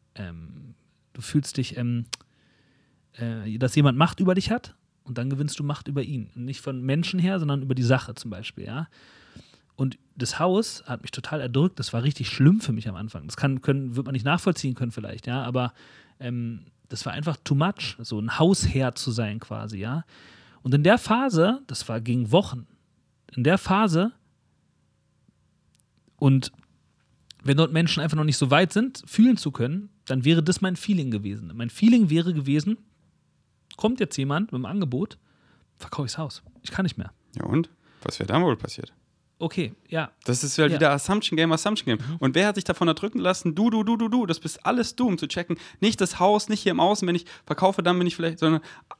dass jemand Macht über dich hat und dann gewinnst du Macht über ihn. Nicht von Menschen her, sondern über die Sache zum Beispiel, ja. Und das Haus hat mich total erdrückt, das war richtig schlimm für mich am Anfang. Das wird man nicht nachvollziehen können vielleicht, ja, aber das war einfach too much, so ein Hausherr zu sein quasi, ja. Und in der Phase, ging Wochen, in der Phase und wenn dort Menschen einfach noch nicht so weit sind, fühlen zu können, dann wäre das mein Feeling gewesen. Mein Feeling wäre gewesen, kommt jetzt jemand mit einem Angebot, verkaufe ich das Haus. Ich kann nicht mehr. Ja und? Was wäre dann wohl passiert? Okay, ja. Das ist halt wieder Assumption Game. Und wer hat sich davon erdrücken lassen? Du. Das bist alles du, um zu checken. Nicht das Haus, nicht hier im Außen, wenn ich verkaufe, dann bin ich vielleicht, sondern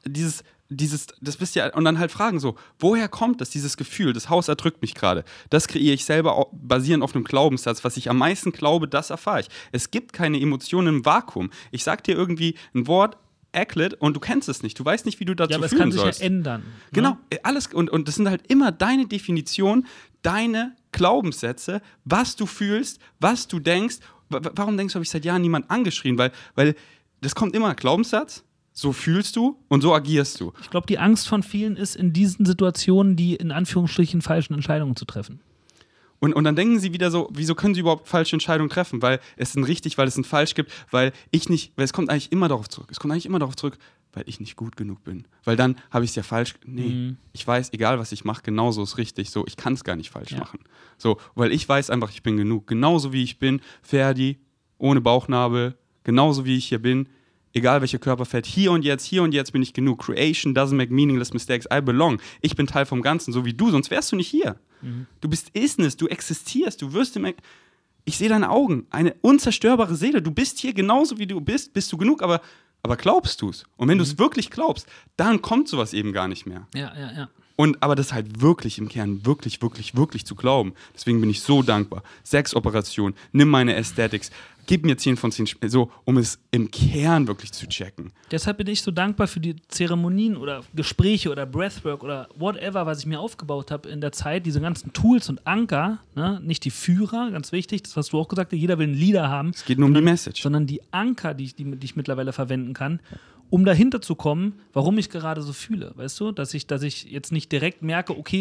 das bist ja, und dann halt fragen so, woher kommt das, dieses Gefühl, das Haus erdrückt mich gerade. Das kreiere ich selber basierend auf einem Glaubenssatz. Was ich am meisten glaube, das erfahre ich. Es gibt keine Emotionen im Vakuum. Ich sag dir irgendwie ein Wort, Acklet, und du kennst es nicht. Du weißt nicht, wie du dazu fühlen sollst. Ja, aber es kann sich ja ändern. Genau, alles. Und das sind halt immer deine Definition, deine Glaubenssätze, was du fühlst, was du denkst. Warum denkst du, habe ich seit Jahren niemand angeschrien? Weil das kommt immer, Glaubenssatz, so fühlst du und so agierst du. Ich glaube, die Angst von vielen ist, in diesen Situationen die in Anführungsstrichen falschen Entscheidungen zu treffen. Und dann denken sie wieder so, wieso können sie überhaupt falsche Entscheidungen treffen? Weil es ein richtig, weil es ein falsch gibt, weil es kommt eigentlich immer darauf zurück. Weil ich nicht gut genug bin. Weil dann habe ich es ja falsch. Nee, ich weiß, egal was ich mache, genauso ist richtig. So, ich kann es gar nicht falsch machen. So, weil ich weiß einfach, ich bin genug. Genauso wie ich bin, Ferdi, ohne Bauchnabel, genauso wie ich hier bin. Egal welcher Körperfett, hier und jetzt bin ich genug. Creation doesn't make meaningless mistakes. I belong. Ich bin Teil vom Ganzen, so wie du, sonst wärst du nicht hier. Du bist Isness, du existierst, du wirst ich sehe deine Augen, eine unzerstörbare Seele. Du bist hier genauso wie du bist du genug, aber glaubst du es? Und wenn du es wirklich glaubst, dann kommt sowas eben gar nicht mehr. Ja. Aber das halt wirklich im Kern, wirklich, wirklich, wirklich zu glauben. Deswegen bin ich so dankbar. 6 Operationen, nimm meine Aesthetics, gib mir 10 von 10, so, um es im Kern wirklich zu checken. Deshalb bin ich so dankbar für die Zeremonien oder Gespräche oder Breathwork oder whatever, was ich mir aufgebaut habe in der Zeit, diese ganzen Tools und Anker, ne? Nicht die Führer, ganz wichtig, das hast du auch gesagt, jeder will einen Leader haben. Es geht nur um die Message. Sondern die Anker, die ich mittlerweile verwenden kann, um dahinter zu kommen, warum ich gerade so fühle, weißt du? Dass ich jetzt nicht direkt merke, okay,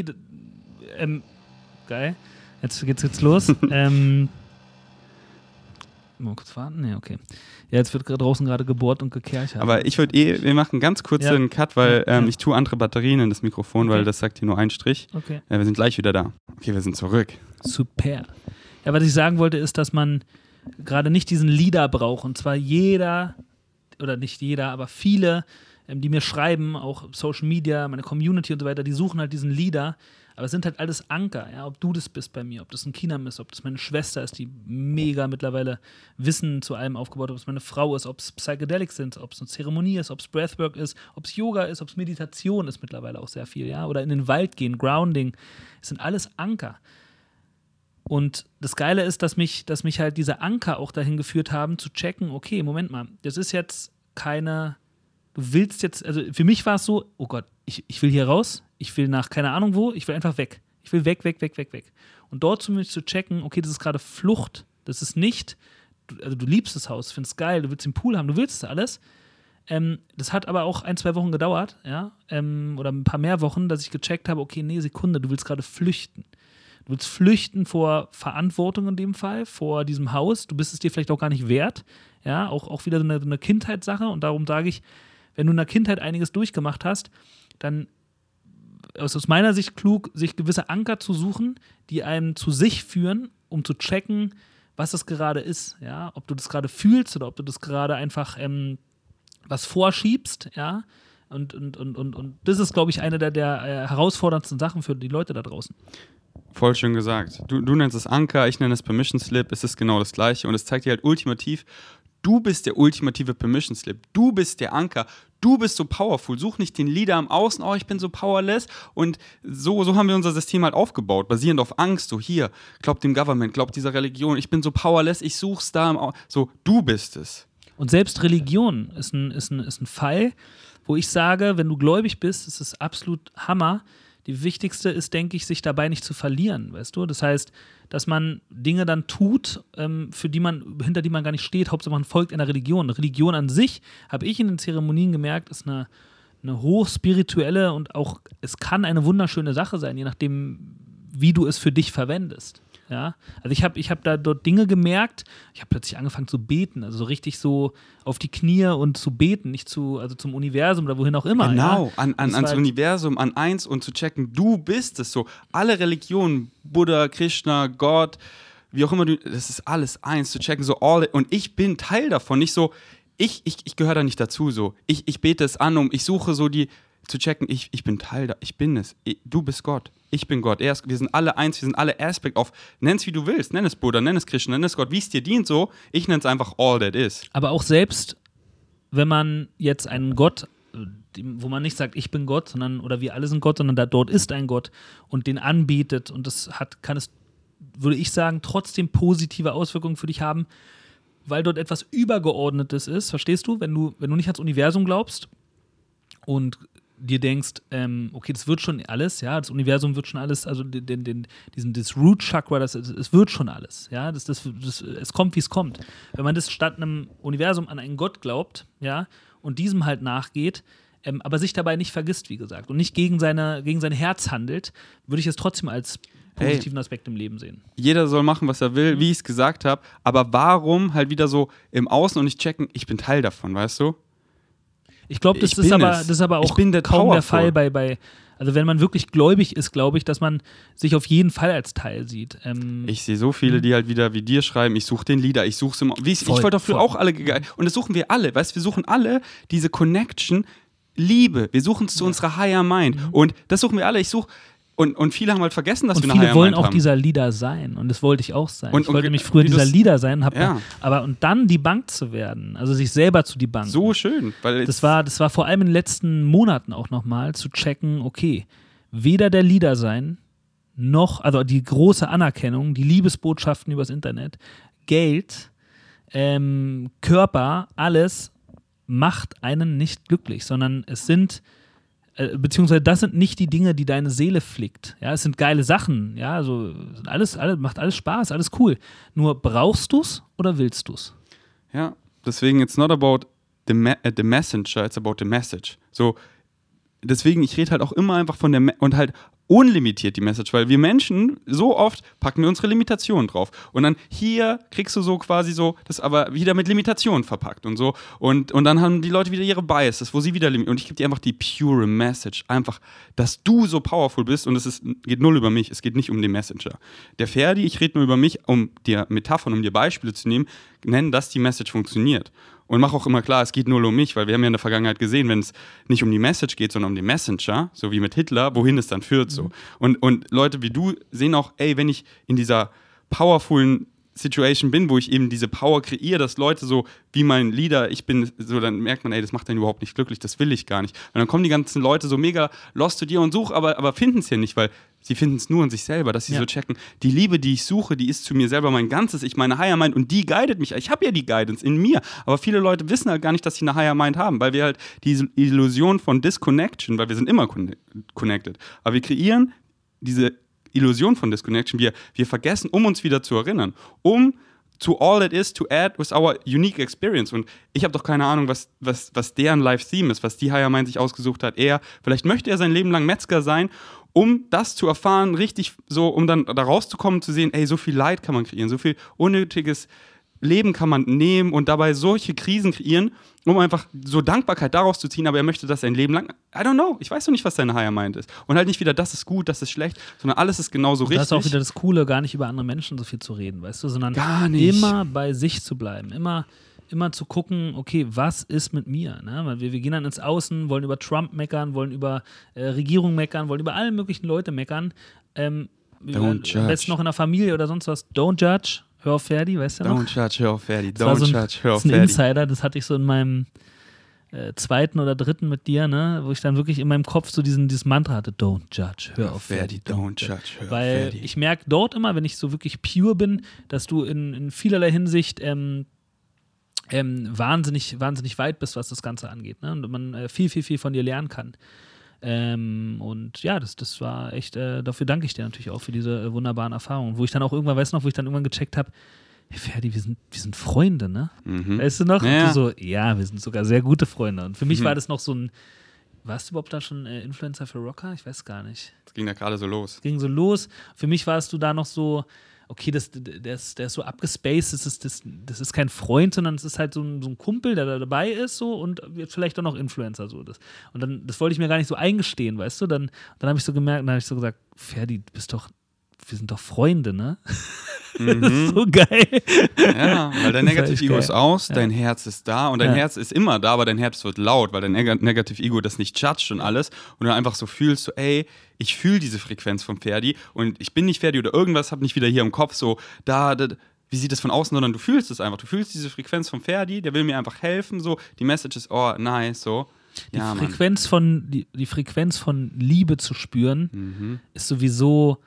geil, jetzt geht's los. Mal kurz warten? Nee, okay. Ja, jetzt wird draußen gerade gebohrt und gekerchert. Aber ich würde wir machen ganz kurz einen Cut, weil ich tue andere Batterien in das Mikrofon, weil das sagt hier nur einen Strich. Okay. Wir sind gleich wieder da. Okay, wir sind zurück. Super. Ja, was ich sagen wollte, ist, dass man gerade nicht diesen Leader braucht. Und zwar jeder, oder nicht jeder, aber viele, die mir schreiben, auch Social Media, meine Community und so weiter, die suchen halt diesen Leader. Aber es sind halt alles Anker, ja, ob du das bist bei mir, ob das ein Kinam ist, ob das meine Schwester ist, die mega mittlerweile Wissen zu allem aufgebaut hat, ob es meine Frau ist, ob es Psychedelics sind, ob es eine Zeremonie ist, ob es Breathwork ist, ob es Yoga ist, ob es Meditation ist mittlerweile auch sehr viel, ja, oder in den Wald gehen, Grounding, es sind alles Anker. Und das Geile ist, dass mich halt diese Anker auch dahin geführt haben, zu checken, okay, Moment mal, das ist jetzt keine, du willst jetzt, also für mich war es so, oh Gott, ich will hier raus, ich will nach keine Ahnung wo, ich will einfach weg. Ich will weg. Und dort zumindest zu checken, okay, das ist gerade Flucht Das ist nicht, also du liebst das Haus, findest es geil, du willst den Pool haben, du willst das alles. Das hat aber auch 1-2 Wochen gedauert, ja, oder ein paar mehr Wochen, dass ich gecheckt habe, okay, nee, Sekunde, du willst gerade flüchten. Du willst flüchten vor Verantwortung in dem Fall, vor diesem Haus. Du bist es dir vielleicht auch gar nicht wert. Ja, auch wieder so eine Kindheitssache. Und darum sage ich, wenn du in der Kindheit einiges durchgemacht hast, dann ist aus meiner Sicht klug, sich gewisse Anker zu suchen, die einem zu sich führen, um zu checken, was das gerade ist. Ja, ob du das gerade fühlst oder ob du das gerade einfach was vorschiebst. Ja, und das ist, glaube ich, eine der herausforderndsten Sachen für die Leute da draußen. Voll schön gesagt. Du nennst es Anker, ich nenne es Permission Slip, es ist genau das Gleiche und es zeigt dir halt ultimativ, du bist der ultimative Permission Slip, du bist der Anker, du bist so powerful, such nicht den Leader am Außen, oh, ich bin so powerless und so haben wir unser System halt aufgebaut, basierend auf Angst, so hier, glaub dem Government, glaub dieser Religion, ich bin so powerless, ich such's da im so, du bist es. Und selbst Religion ist ein Fall, wo ich sage, wenn du gläubig bist, ist es absolut Hammer. Die wichtigste ist, denke ich, sich dabei nicht zu verlieren, weißt du? Das heißt, dass man Dinge dann tut, hinter die man gar nicht steht. Hauptsache man folgt einer Religion. Religion an sich, habe ich in den Zeremonien gemerkt, ist eine hochspirituelle und auch, es kann eine wunderschöne Sache sein, je nachdem, wie du es für dich verwendest. Ja, also ich hab da dort Dinge gemerkt, ich habe plötzlich angefangen zu beten, also so richtig so auf die Knie und zu beten, nicht zum Universum oder wohin auch immer. Genau, ja? ans Universum, an eins und zu checken, du bist es so. Alle Religionen, Buddha, Krishna, Gott, wie auch immer, das ist alles eins, zu checken, so all, und ich bin Teil davon, nicht so, ich gehöre da nicht dazu, so. Ich bete es an, ich suche so zu checken, ich bin Teil da, ich bin es, du bist Gott, ich bin Gott, wir sind alle eins, wir sind alle Aspekt auf, nenn es wie du willst, nenn es Buddha, nenn es Krishna, nenn es Gott, wie es dir dient, so, ich nenne es einfach all that is. Aber auch selbst, wenn man jetzt einen Gott, wo man nicht sagt, ich bin Gott, sondern, oder wir alle sind Gott, sondern dort ist ein Gott und den anbetet und das kann es, würde ich sagen, trotzdem positive Auswirkungen für dich haben, weil dort etwas Übergeordnetes ist, verstehst du? Wenn du nicht ans Universum glaubst und dir denkst, okay, das wird schon alles, ja, das Universum wird schon alles, also das Root Chakra, es wird schon alles, ja, es kommt, wie es kommt. Wenn man das statt einem Universum an einen Gott glaubt, ja, und diesem halt nachgeht, aber sich dabei nicht vergisst, wie gesagt, und nicht gegen sein Herz handelt, würde ich es trotzdem als positiven Aspekt im Leben sehen. Jeder soll machen, was er will, wie ich es gesagt habe, aber warum halt wieder so im Außen und nicht checken, ich bin Teil davon, weißt du? Ich glaube, das ist aber auch kaum der Fall bei, also wenn man wirklich gläubig ist, glaube ich, dass man sich auf jeden Fall als Teil sieht. Ich sehe so viele, die halt wieder wie dir schreiben, ich suche den Leader, ich suche es ich wollte dafür auch alle, und das suchen wir alle, weißt du, wir suchen alle diese Connection, Liebe, wir suchen es zu unserer Higher Mind und das suchen wir alle, und viele haben halt vergessen, dass wir eine Higher Mind haben. Und viele wollen auch dieser Leader sein. Und das wollte ich auch sein. Ich wollte nämlich früher dieser Leader sein. Und dann debunked zu werden. Also sich selber zu debunken. So schön. Weil das war vor allem in den letzten Monaten auch nochmal zu checken, okay, weder der Leader sein, noch, also die große Anerkennung, die Liebesbotschaften übers Internet, Geld, Körper, alles macht einen nicht glücklich, sondern es sind beziehungsweise das sind nicht die Dinge, die deine Seele flickt. Ja, es sind geile Sachen, ja, also macht alles Spaß, alles cool. Nur brauchst du's oder willst du's? Ja, deswegen it's not about the messenger, it's about the message. So, deswegen, ich rede halt auch immer einfach von und halt unlimitiert die Message, weil wir Menschen so oft packen wir unsere Limitationen drauf und dann hier kriegst du so quasi so, das aber wieder mit Limitationen verpackt und so und dann haben die Leute wieder ihre Biases, wo sie wieder limitieren und ich gebe dir einfach die pure Message, einfach, dass du so powerful bist und geht null über mich, es geht nicht um den Messenger. Der Ferdi, ich rede nur über mich, um dir Metaphern, um dir Beispiele zu nehmen, nennen, dass die Message funktioniert. Und mach auch immer klar, es geht nur um mich, weil wir haben ja in der Vergangenheit gesehen, wenn es nicht um die Message geht, sondern um den Messenger, so wie mit Hitler, wohin es dann führt. So. Und Leute wie du sehen auch, ey, wenn ich in dieser powerfulen Situation bin, wo ich eben diese Power kreiere, dass Leute so wie mein Leader, ich bin, so dann merkt man, ey, das macht einen überhaupt nicht glücklich, das will ich gar nicht. Und dann kommen die ganzen Leute so mega lost zu dir und suchen, aber finden es ja nicht, weil sie finden es nur in sich selber, dass sie so checken, die Liebe, die ich suche, die ist zu mir selber mein Ganzes, meine Higher Mind und die guidet mich. Ich habe ja die Guidance in mir, aber viele Leute wissen halt gar nicht, dass sie eine Higher Mind haben, weil wir halt diese Illusion von Disconnection, weil wir sind immer connected, aber wir kreieren diese Illusion von Disconnection, wir vergessen, um uns wieder zu erinnern, um to all it is to add with our unique experience. Und ich habe doch keine Ahnung, was deren Live-Theme ist, was die Higher Mind sich ausgesucht hat. Vielleicht möchte er sein Leben lang Metzger sein, um das zu erfahren, richtig so, um dann da rauszukommen, zu sehen, ey, so viel Leid kann man kreieren, so viel unnötiges Leben kann man nehmen und dabei solche Krisen kreieren, um einfach so Dankbarkeit daraus zu ziehen, aber er möchte das sein Leben lang, I don't know, ich weiß noch nicht, was seine Higher Mind ist. Und halt nicht wieder, das ist gut, das ist schlecht, sondern alles ist genauso richtig. Das ist auch wieder das Coole, gar nicht über andere Menschen so viel zu reden, weißt du, sondern gar nicht. Immer bei sich zu bleiben, immer zu gucken, okay, was ist mit mir? Ne? Weil wir gehen dann ins Außen, wollen über Trump meckern, wollen über Regierung meckern, wollen über alle möglichen Leute meckern. Am besten noch in der Familie oder sonst was. Don't judge, hör auf Ferdi, weißt du noch? Don't judge, hör auf Ferdi. Don't judge, hör auf Ferdi. Das ist ein Insider, das hatte ich so in meinem zweiten oder dritten mit dir, ne? Wo ich dann wirklich in meinem Kopf so dieses Mantra hatte, don't judge, hör auf Ferdi. Don't judge, hör auf Ferdi. Weil ich merke dort immer, wenn ich so wirklich pure bin, dass du in vielerlei Hinsicht wahnsinnig weit bist, was das Ganze angeht, ne? Und man viel von dir lernen kann. Und ja, das war echt, dafür danke ich dir natürlich auch für diese wunderbaren Erfahrungen, wo ich dann auch irgendwann gecheckt habe, hey Ferdi, wir sind Freunde, ne? Mhm. Weißt du noch? Ja. Und du so, ja, wir sind sogar sehr gute Freunde. Und für mich war das noch so ein, warst du überhaupt da schon Influencer für Rocker? Ich weiß gar nicht. Das ging da gerade so los. Ging so los. Für mich warst du da noch so, okay, der ist so abgespaced, das ist kein Freund, sondern es ist halt so ein Kumpel, der da dabei ist so und vielleicht auch noch Influencer. So. Und dann, das wollte ich mir gar nicht so eingestehen, weißt du? Dann habe ich so gemerkt, dann habe ich so gesagt, Ferdi, wir sind doch Freunde, ne? Mhm. Das ist so geil. Ja, weil dein Negative Ego ist aus, dein Herz ist da und dein Herz ist immer da, aber dein Herz wird laut, weil dein Negative Ego das nicht judgt und alles und du dann einfach so fühlst, so ey, ich fühle diese Frequenz vom Ferdi und ich bin nicht Ferdi oder irgendwas, hab nicht wieder hier im Kopf so, wie sieht das von außen, sondern du fühlst es einfach, du fühlst diese Frequenz vom Ferdi, der will mir einfach helfen, so, die Message ist, oh, nice, so. Die Frequenz von Liebe zu spüren, ist sowieso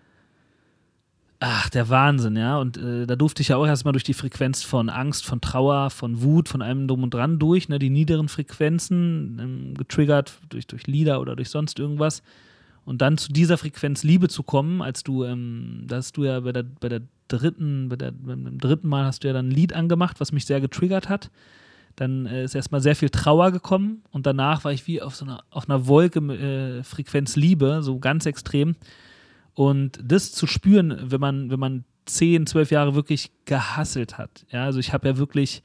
der Wahnsinn, ja. Und da durfte ich ja auch erstmal durch die Frequenz von Angst, von Trauer, von Wut, von allem drum und dran durch, ne, die niederen Frequenzen, getriggert durch Lieder oder durch sonst irgendwas. Und dann zu dieser Frequenz Liebe zu kommen, als du, da hast du ja beim dritten Mal hast du ja dann ein Lied angemacht, was mich sehr getriggert hat. Dann ist erstmal sehr viel Trauer gekommen und danach war ich wie auf einer Wolke Frequenz Liebe, so ganz extrem. Und das zu spüren, wenn man 10, 12 Jahre wirklich gehasselt hat. Ja, also ich habe ja wirklich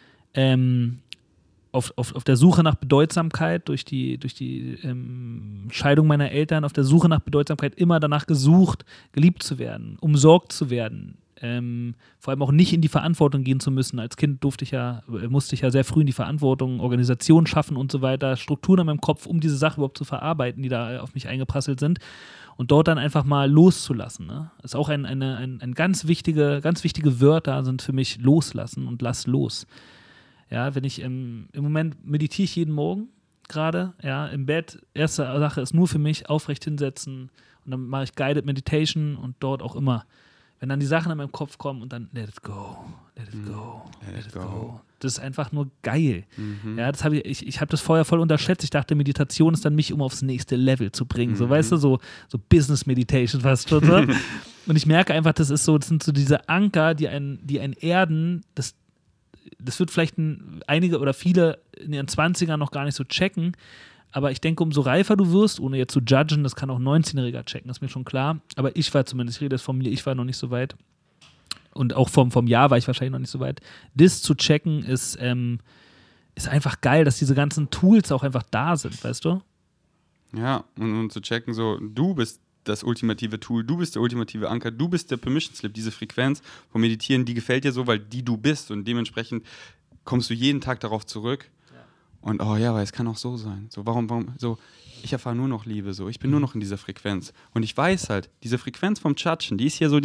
auf der Suche nach Bedeutsamkeit, durch die Scheidung meiner Eltern, auf der Suche nach Bedeutsamkeit immer danach gesucht, geliebt zu werden, umsorgt zu werden. Vor allem auch nicht in die Verantwortung gehen zu müssen. Als Kind musste ich ja sehr früh in die Verantwortung, Organisation schaffen und so weiter, Strukturen in meinem Kopf, um diese Sache überhaupt zu verarbeiten, die da auf mich eingeprasselt sind. Und dort dann einfach mal loszulassen. Ne? Das ist auch ein ganz wichtige Wörter sind für mich loslassen und lass los. Ja, wenn ich im Moment meditiere ich jeden Morgen gerade, ja, im Bett. Erste Sache ist nur für mich aufrecht hinsetzen und dann mache ich Guided Meditation und dort auch immer, wenn dann die Sachen in meinem Kopf kommen und dann let it go, let it go, let it go. Das ist einfach nur geil. Ja, das habe ich habe das vorher voll unterschätzt. Ich dachte, Meditation ist dann mich, um aufs nächste Level zu bringen. So, weißt du, so Business Meditation fast schon. So. Und ich merke einfach, das sind so diese Anker, die einen erden. Das wird vielleicht einige oder viele in ihren 20ern noch gar nicht so checken. Aber ich denke, umso reifer du wirst, ohne jetzt zu judgen, das kann auch ein 19-Jähriger checken, das ist mir schon klar. Aber ich war zumindest, ich rede jetzt von mir, ich war noch nicht so weit. Und auch vom Jahr war ich wahrscheinlich noch nicht so weit. Das zu checken ist einfach geil, dass diese ganzen Tools auch einfach da sind, weißt du? Ja, und zu checken, so, du bist das ultimative Tool, du bist der ultimative Anker, du bist der Permission Slip, diese Frequenz vom Meditieren, die gefällt dir so, weil die du bist und dementsprechend kommst du jeden Tag darauf zurück. Und oh ja, weil es kann auch so sein. So, warum, so, ich erfahre nur noch Liebe, so, ich bin nur noch in dieser Frequenz. Und ich weiß halt, diese Frequenz vom Judgen, die ist hier so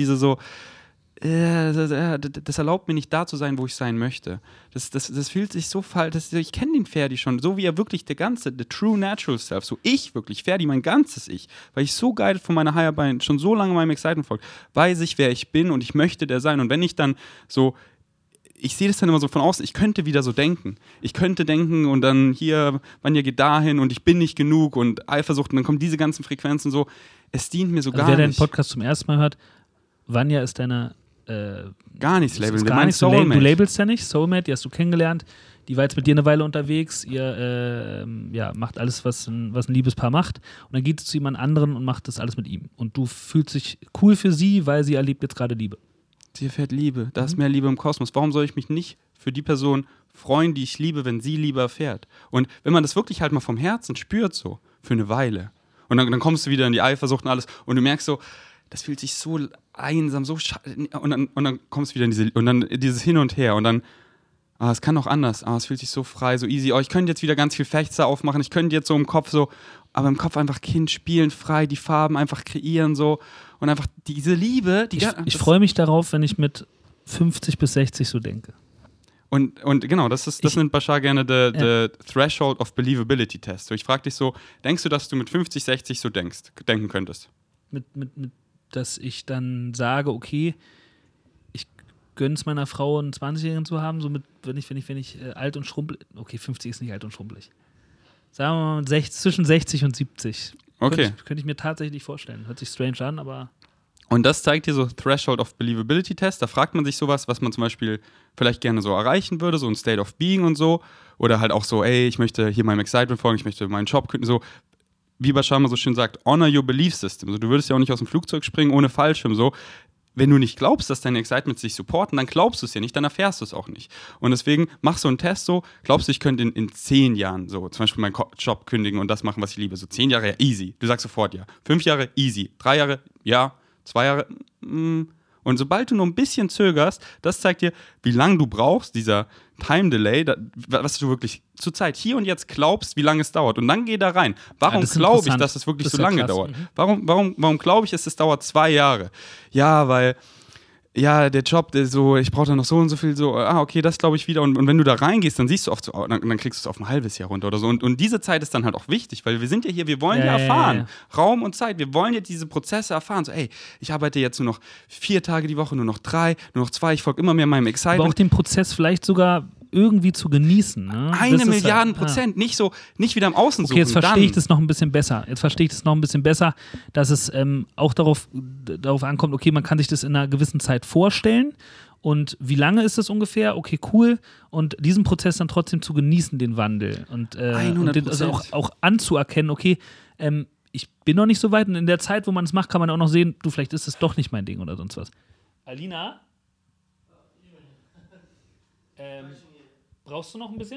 das erlaubt mir nicht da zu sein, wo ich sein möchte. Das fühlt sich so falsch, ich kenne den Ferdi schon, so wie er wirklich the true natural self, so ich wirklich, Ferdi, mein ganzes Ich, weil ich so guided von meiner Higher Mind schon so lange meinem Excitement folgt, weiß ich, wer ich bin und ich möchte der sein. Und wenn ich dann so, ich sehe das dann immer so von außen, ich könnte wieder so denken. Ich könnte denken und dann hier, Vanja geht dahin und ich bin nicht genug und Eifersucht und dann kommen diese ganzen Frequenzen so. Es dient mir so gar nicht. Wer deinen Podcast zum ersten Mal hört, Vanja ist deine gar nichts labeln. Gar nichts. Du labelst ja nicht. Soulmate, die hast du kennengelernt. Die war jetzt mit dir eine Weile unterwegs. Ihr macht alles, was ein Liebespaar macht. Und dann geht es zu jemand anderen und macht das alles mit ihm. Und du fühlst dich cool für sie, weil sie erlebt jetzt gerade Liebe. Sie erfährt Liebe. Da ist mehr Liebe im Kosmos. Warum soll ich mich nicht für die Person freuen, die ich liebe, wenn sie Liebe erfährt? Und wenn man das wirklich halt mal vom Herzen spürt, so, für eine Weile. Und dann kommst du wieder in die Eifersucht und alles. Und du merkst so, das fühlt sich so einsam, so und dann kommst du wieder und dann dieses Hin und Her. Und dann, es kann auch anders. Es fühlt sich so frei, so easy. Ich könnte jetzt wieder ganz viel Fenster aufmachen. Ich könnte jetzt so im Kopf so, aber im Kopf einfach Kind spielen, frei, die Farben einfach kreieren so. Und einfach diese Liebe. Ich freue mich darauf, wenn ich mit 50 bis 60 so denke. Und genau, das nennt Bashar gerne the Threshold of Believability Test. So, ich frage dich so, denkst du, dass du mit 50, 60 so denken könntest? Dass ich dann sage, okay, ich gönne es meiner Frau, einen 20-Jährigen zu haben, so wenn ich alt und schrumpelig, okay, 50 ist nicht alt und schrumpelig. Sagen wir mal zwischen 60 und 70. Okay. Könnte ich mir tatsächlich vorstellen. Hört sich strange an, aber... Und das zeigt dir so Threshold of Believability Test. Da fragt man sich sowas, was man zum Beispiel vielleicht gerne so erreichen würde, so ein State of Being und so. Oder halt auch so, ich möchte hier meinem Excitement folgen, ich möchte meinen Job kündigen, so. Wie Bashar mal so schön sagt, honor your belief system. Also, du würdest ja auch nicht aus dem Flugzeug springen ohne Fallschirm, so. Wenn du nicht glaubst, dass deine Excitements sich supporten, dann glaubst du es ja nicht, dann erfährst du es auch nicht. Und deswegen mach so einen Test so, glaubst du, ich könnte in 10 Jahren so zum Beispiel meinen Job kündigen und das machen, was ich liebe. So 10 Jahre, ja, easy. Du sagst sofort ja. 5 Jahre, easy. 3 Jahre, ja. 2 Jahre, Und sobald du nur ein bisschen zögerst, das zeigt dir, wie lange du brauchst, dieser Time Delay, was du wirklich zur Zeit hier und jetzt glaubst, wie lange es dauert. Und dann geh da rein. Warum glaube ich, dass es wirklich so lange dauert? Warum glaube ich, es dauert 2 Jahre? Ja, weil der Job, ich brauche da noch so und so viel, okay, das glaube ich wieder. Und wenn du da reingehst, dann siehst du oft so, dann kriegst du es auf ein halbes Jahr runter oder so. Und diese Zeit ist dann halt auch wichtig, weil wir sind ja hier, wir wollen ja erfahren. Raum und Zeit, wir wollen ja diese Prozesse erfahren. So, ich arbeite jetzt nur noch 4 Tage die Woche, nur noch 3, nur noch 2, ich folge immer mehr meinem Excitement. Aber auch den Prozess vielleicht sogar irgendwie zu genießen. Ne? 1 Milliarde Prozent, nicht wieder im Außen suchen. Okay, jetzt verstehe ich das noch ein bisschen besser. Dass es auch darauf ankommt, okay, man kann sich das in einer gewissen Zeit vorstellen. Und wie lange ist das ungefähr? Okay, cool. Und diesen Prozess dann trotzdem zu genießen, den Wandel. Und den, also auch anzuerkennen, okay, ich bin noch nicht so weit. Und in der Zeit, wo man es macht, kann man auch noch sehen, vielleicht ist es doch nicht mein Ding oder sonst was. Alina? Brauchst du noch ein bisschen?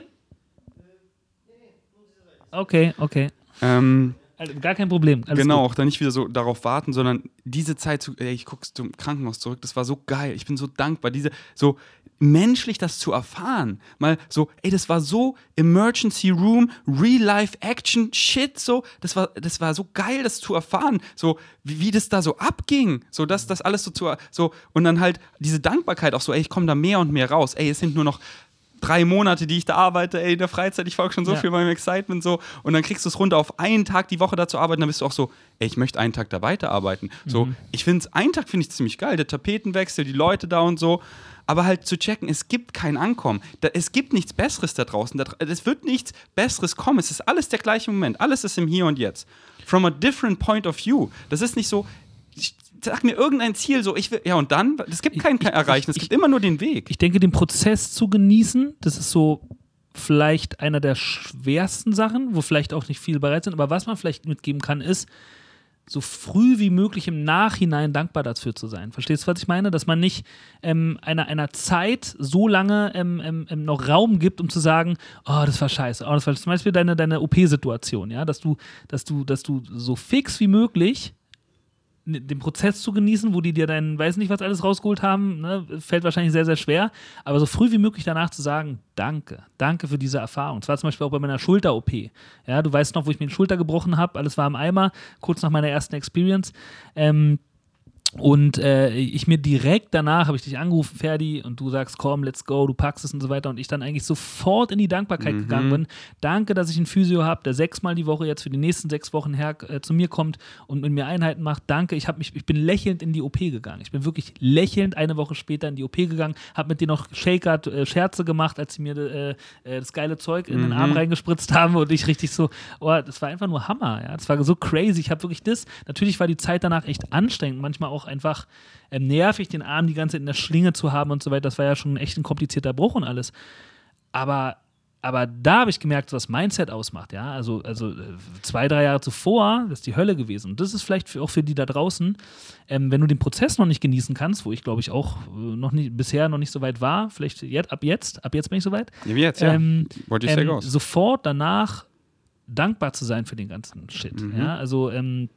Okay. Gar kein Problem. Alles genau, gut. Auch dann nicht wieder so darauf warten, sondern diese Zeit, ich gucke zum Krankenhaus zurück, das war so geil, ich bin so dankbar, so menschlich das zu erfahren, mal so, das war so Emergency Room, Real-Life-Action-Shit, so, das war so geil, das zu erfahren, so, wie das da so abging, so, das alles so, und dann halt diese Dankbarkeit auch so, ich komme da mehr und mehr raus, es sind nur noch 3 Monate, die ich da arbeite, in der Freizeit, ich folge schon so viel meinem Excitement, so, und dann kriegst du es runter auf einen Tag die Woche da zu arbeiten, dann bist du auch so, ich möchte einen Tag da weiterarbeiten. So, einen Tag finde ich ziemlich geil, der Tapetenwechsel, die Leute da und so, aber halt zu checken, es gibt kein Ankommen, es gibt nichts Besseres da draußen, es wird nichts Besseres kommen, es ist alles der gleiche Moment, alles ist im Hier und Jetzt. From a different point of view. Das ist nicht so, sag mir irgendein Ziel, so, ich will, und dann, es gibt kein Erreichen, es gibt immer nur den Weg. Ich denke, den Prozess zu genießen, das ist so vielleicht einer der schwersten Sachen, wo vielleicht auch nicht viele bereit sind, aber was man vielleicht mitgeben kann, ist, so früh wie möglich im Nachhinein dankbar dafür zu sein. Verstehst du, was ich meine? Dass man nicht einer Zeit so lange noch Raum gibt, um zu sagen, das war scheiße. Das war zum Beispiel deine OP-Situation, ja, dass du so fix wie möglich den Prozess zu genießen, wo die dir weiß nicht, was alles rausgeholt haben, ne, fällt wahrscheinlich sehr, sehr schwer, aber so früh wie möglich danach zu sagen, danke für diese Erfahrung. Das war zum Beispiel auch bei meiner Schulter-OP. Ja, du weißt noch, wo ich mir die Schulter gebrochen habe, alles war im Eimer, kurz nach meiner ersten Experience. Und ich mir direkt danach habe ich dich angerufen, Ferdi, und du sagst, komm, let's go, du packst es und so weiter. Und ich dann eigentlich sofort in die Dankbarkeit gegangen bin. Danke, dass ich einen Physio habe, der 6-mal die Woche jetzt für die nächsten 6 Wochen zu mir kommt und mit mir Einheiten macht. Danke, ich bin lächelnd in die OP gegangen. Ich bin wirklich lächelnd 1 Woche später in die OP gegangen, habe mit dir noch Scherze gemacht, als sie mir das geile Zeug in den Arm reingespritzt haben und ich richtig so, das war einfach nur Hammer. Ja? Das war so crazy. Ich habe wirklich natürlich war die Zeit danach echt anstrengend, manchmal auch auch einfach nervig, den Arm die ganze Zeit in der Schlinge zu haben und so weiter. Das war ja schon echt ein komplizierter Bruch und alles. Aber da habe ich gemerkt, was Mindset ausmacht, ja. Also 2-3 Jahre zuvor, das ist die Hölle gewesen. Und das ist vielleicht auch für die da draußen, wenn du den Prozess noch nicht genießen kannst, wo ich glaube ich auch bisher noch nicht so weit war, vielleicht ab jetzt bin ich so weit. Ja, wie jetzt, ja. What you say goes. Sofort danach dankbar zu sein für den ganzen Shit. Ja? Also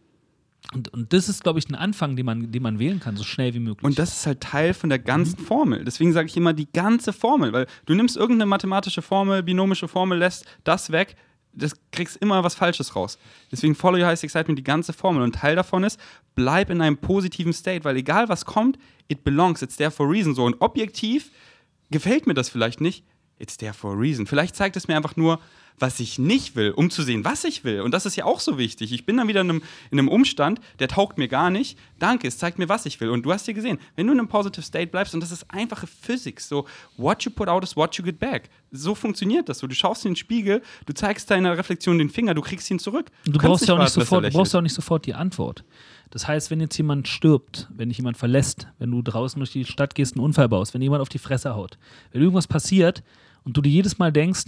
und das ist, glaube ich, ein Anfang, den man wählen kann, so schnell wie möglich. Und das ist halt Teil von der ganzen Formel. Deswegen sage ich immer die ganze Formel, weil du nimmst irgendeine mathematische Formel, binomische Formel, lässt das weg, das kriegst immer was Falsches raus. Deswegen Follow Your Highest Excitement die ganze Formel. Und Teil davon ist, bleib in einem positiven State, weil egal was kommt, it belongs, it's there for a reason. So, und objektiv gefällt mir das vielleicht nicht, it's there for a reason. Vielleicht zeigt es mir einfach nur, was ich nicht will, um zu sehen, was ich will. Und das ist ja auch so wichtig. Ich bin dann wieder in einem Umstand, der taugt mir gar nicht. Danke, es zeigt mir, was ich will. Und du hast ja gesehen, wenn du in einem positive State bleibst, und das ist einfache Physik, so what you put out is what you get back. So funktioniert das so. Du schaust in den Spiegel, du zeigst deiner Reflexion den Finger, du kriegst ihn zurück. Du brauchst ja auch nicht sofort die Antwort. Das heißt, wenn jetzt jemand stirbt, wenn dich jemand verlässt, wenn du draußen durch die Stadt gehst, einen Unfall baust, wenn jemand auf die Fresse haut, wenn irgendwas passiert und du dir jedes Mal denkst,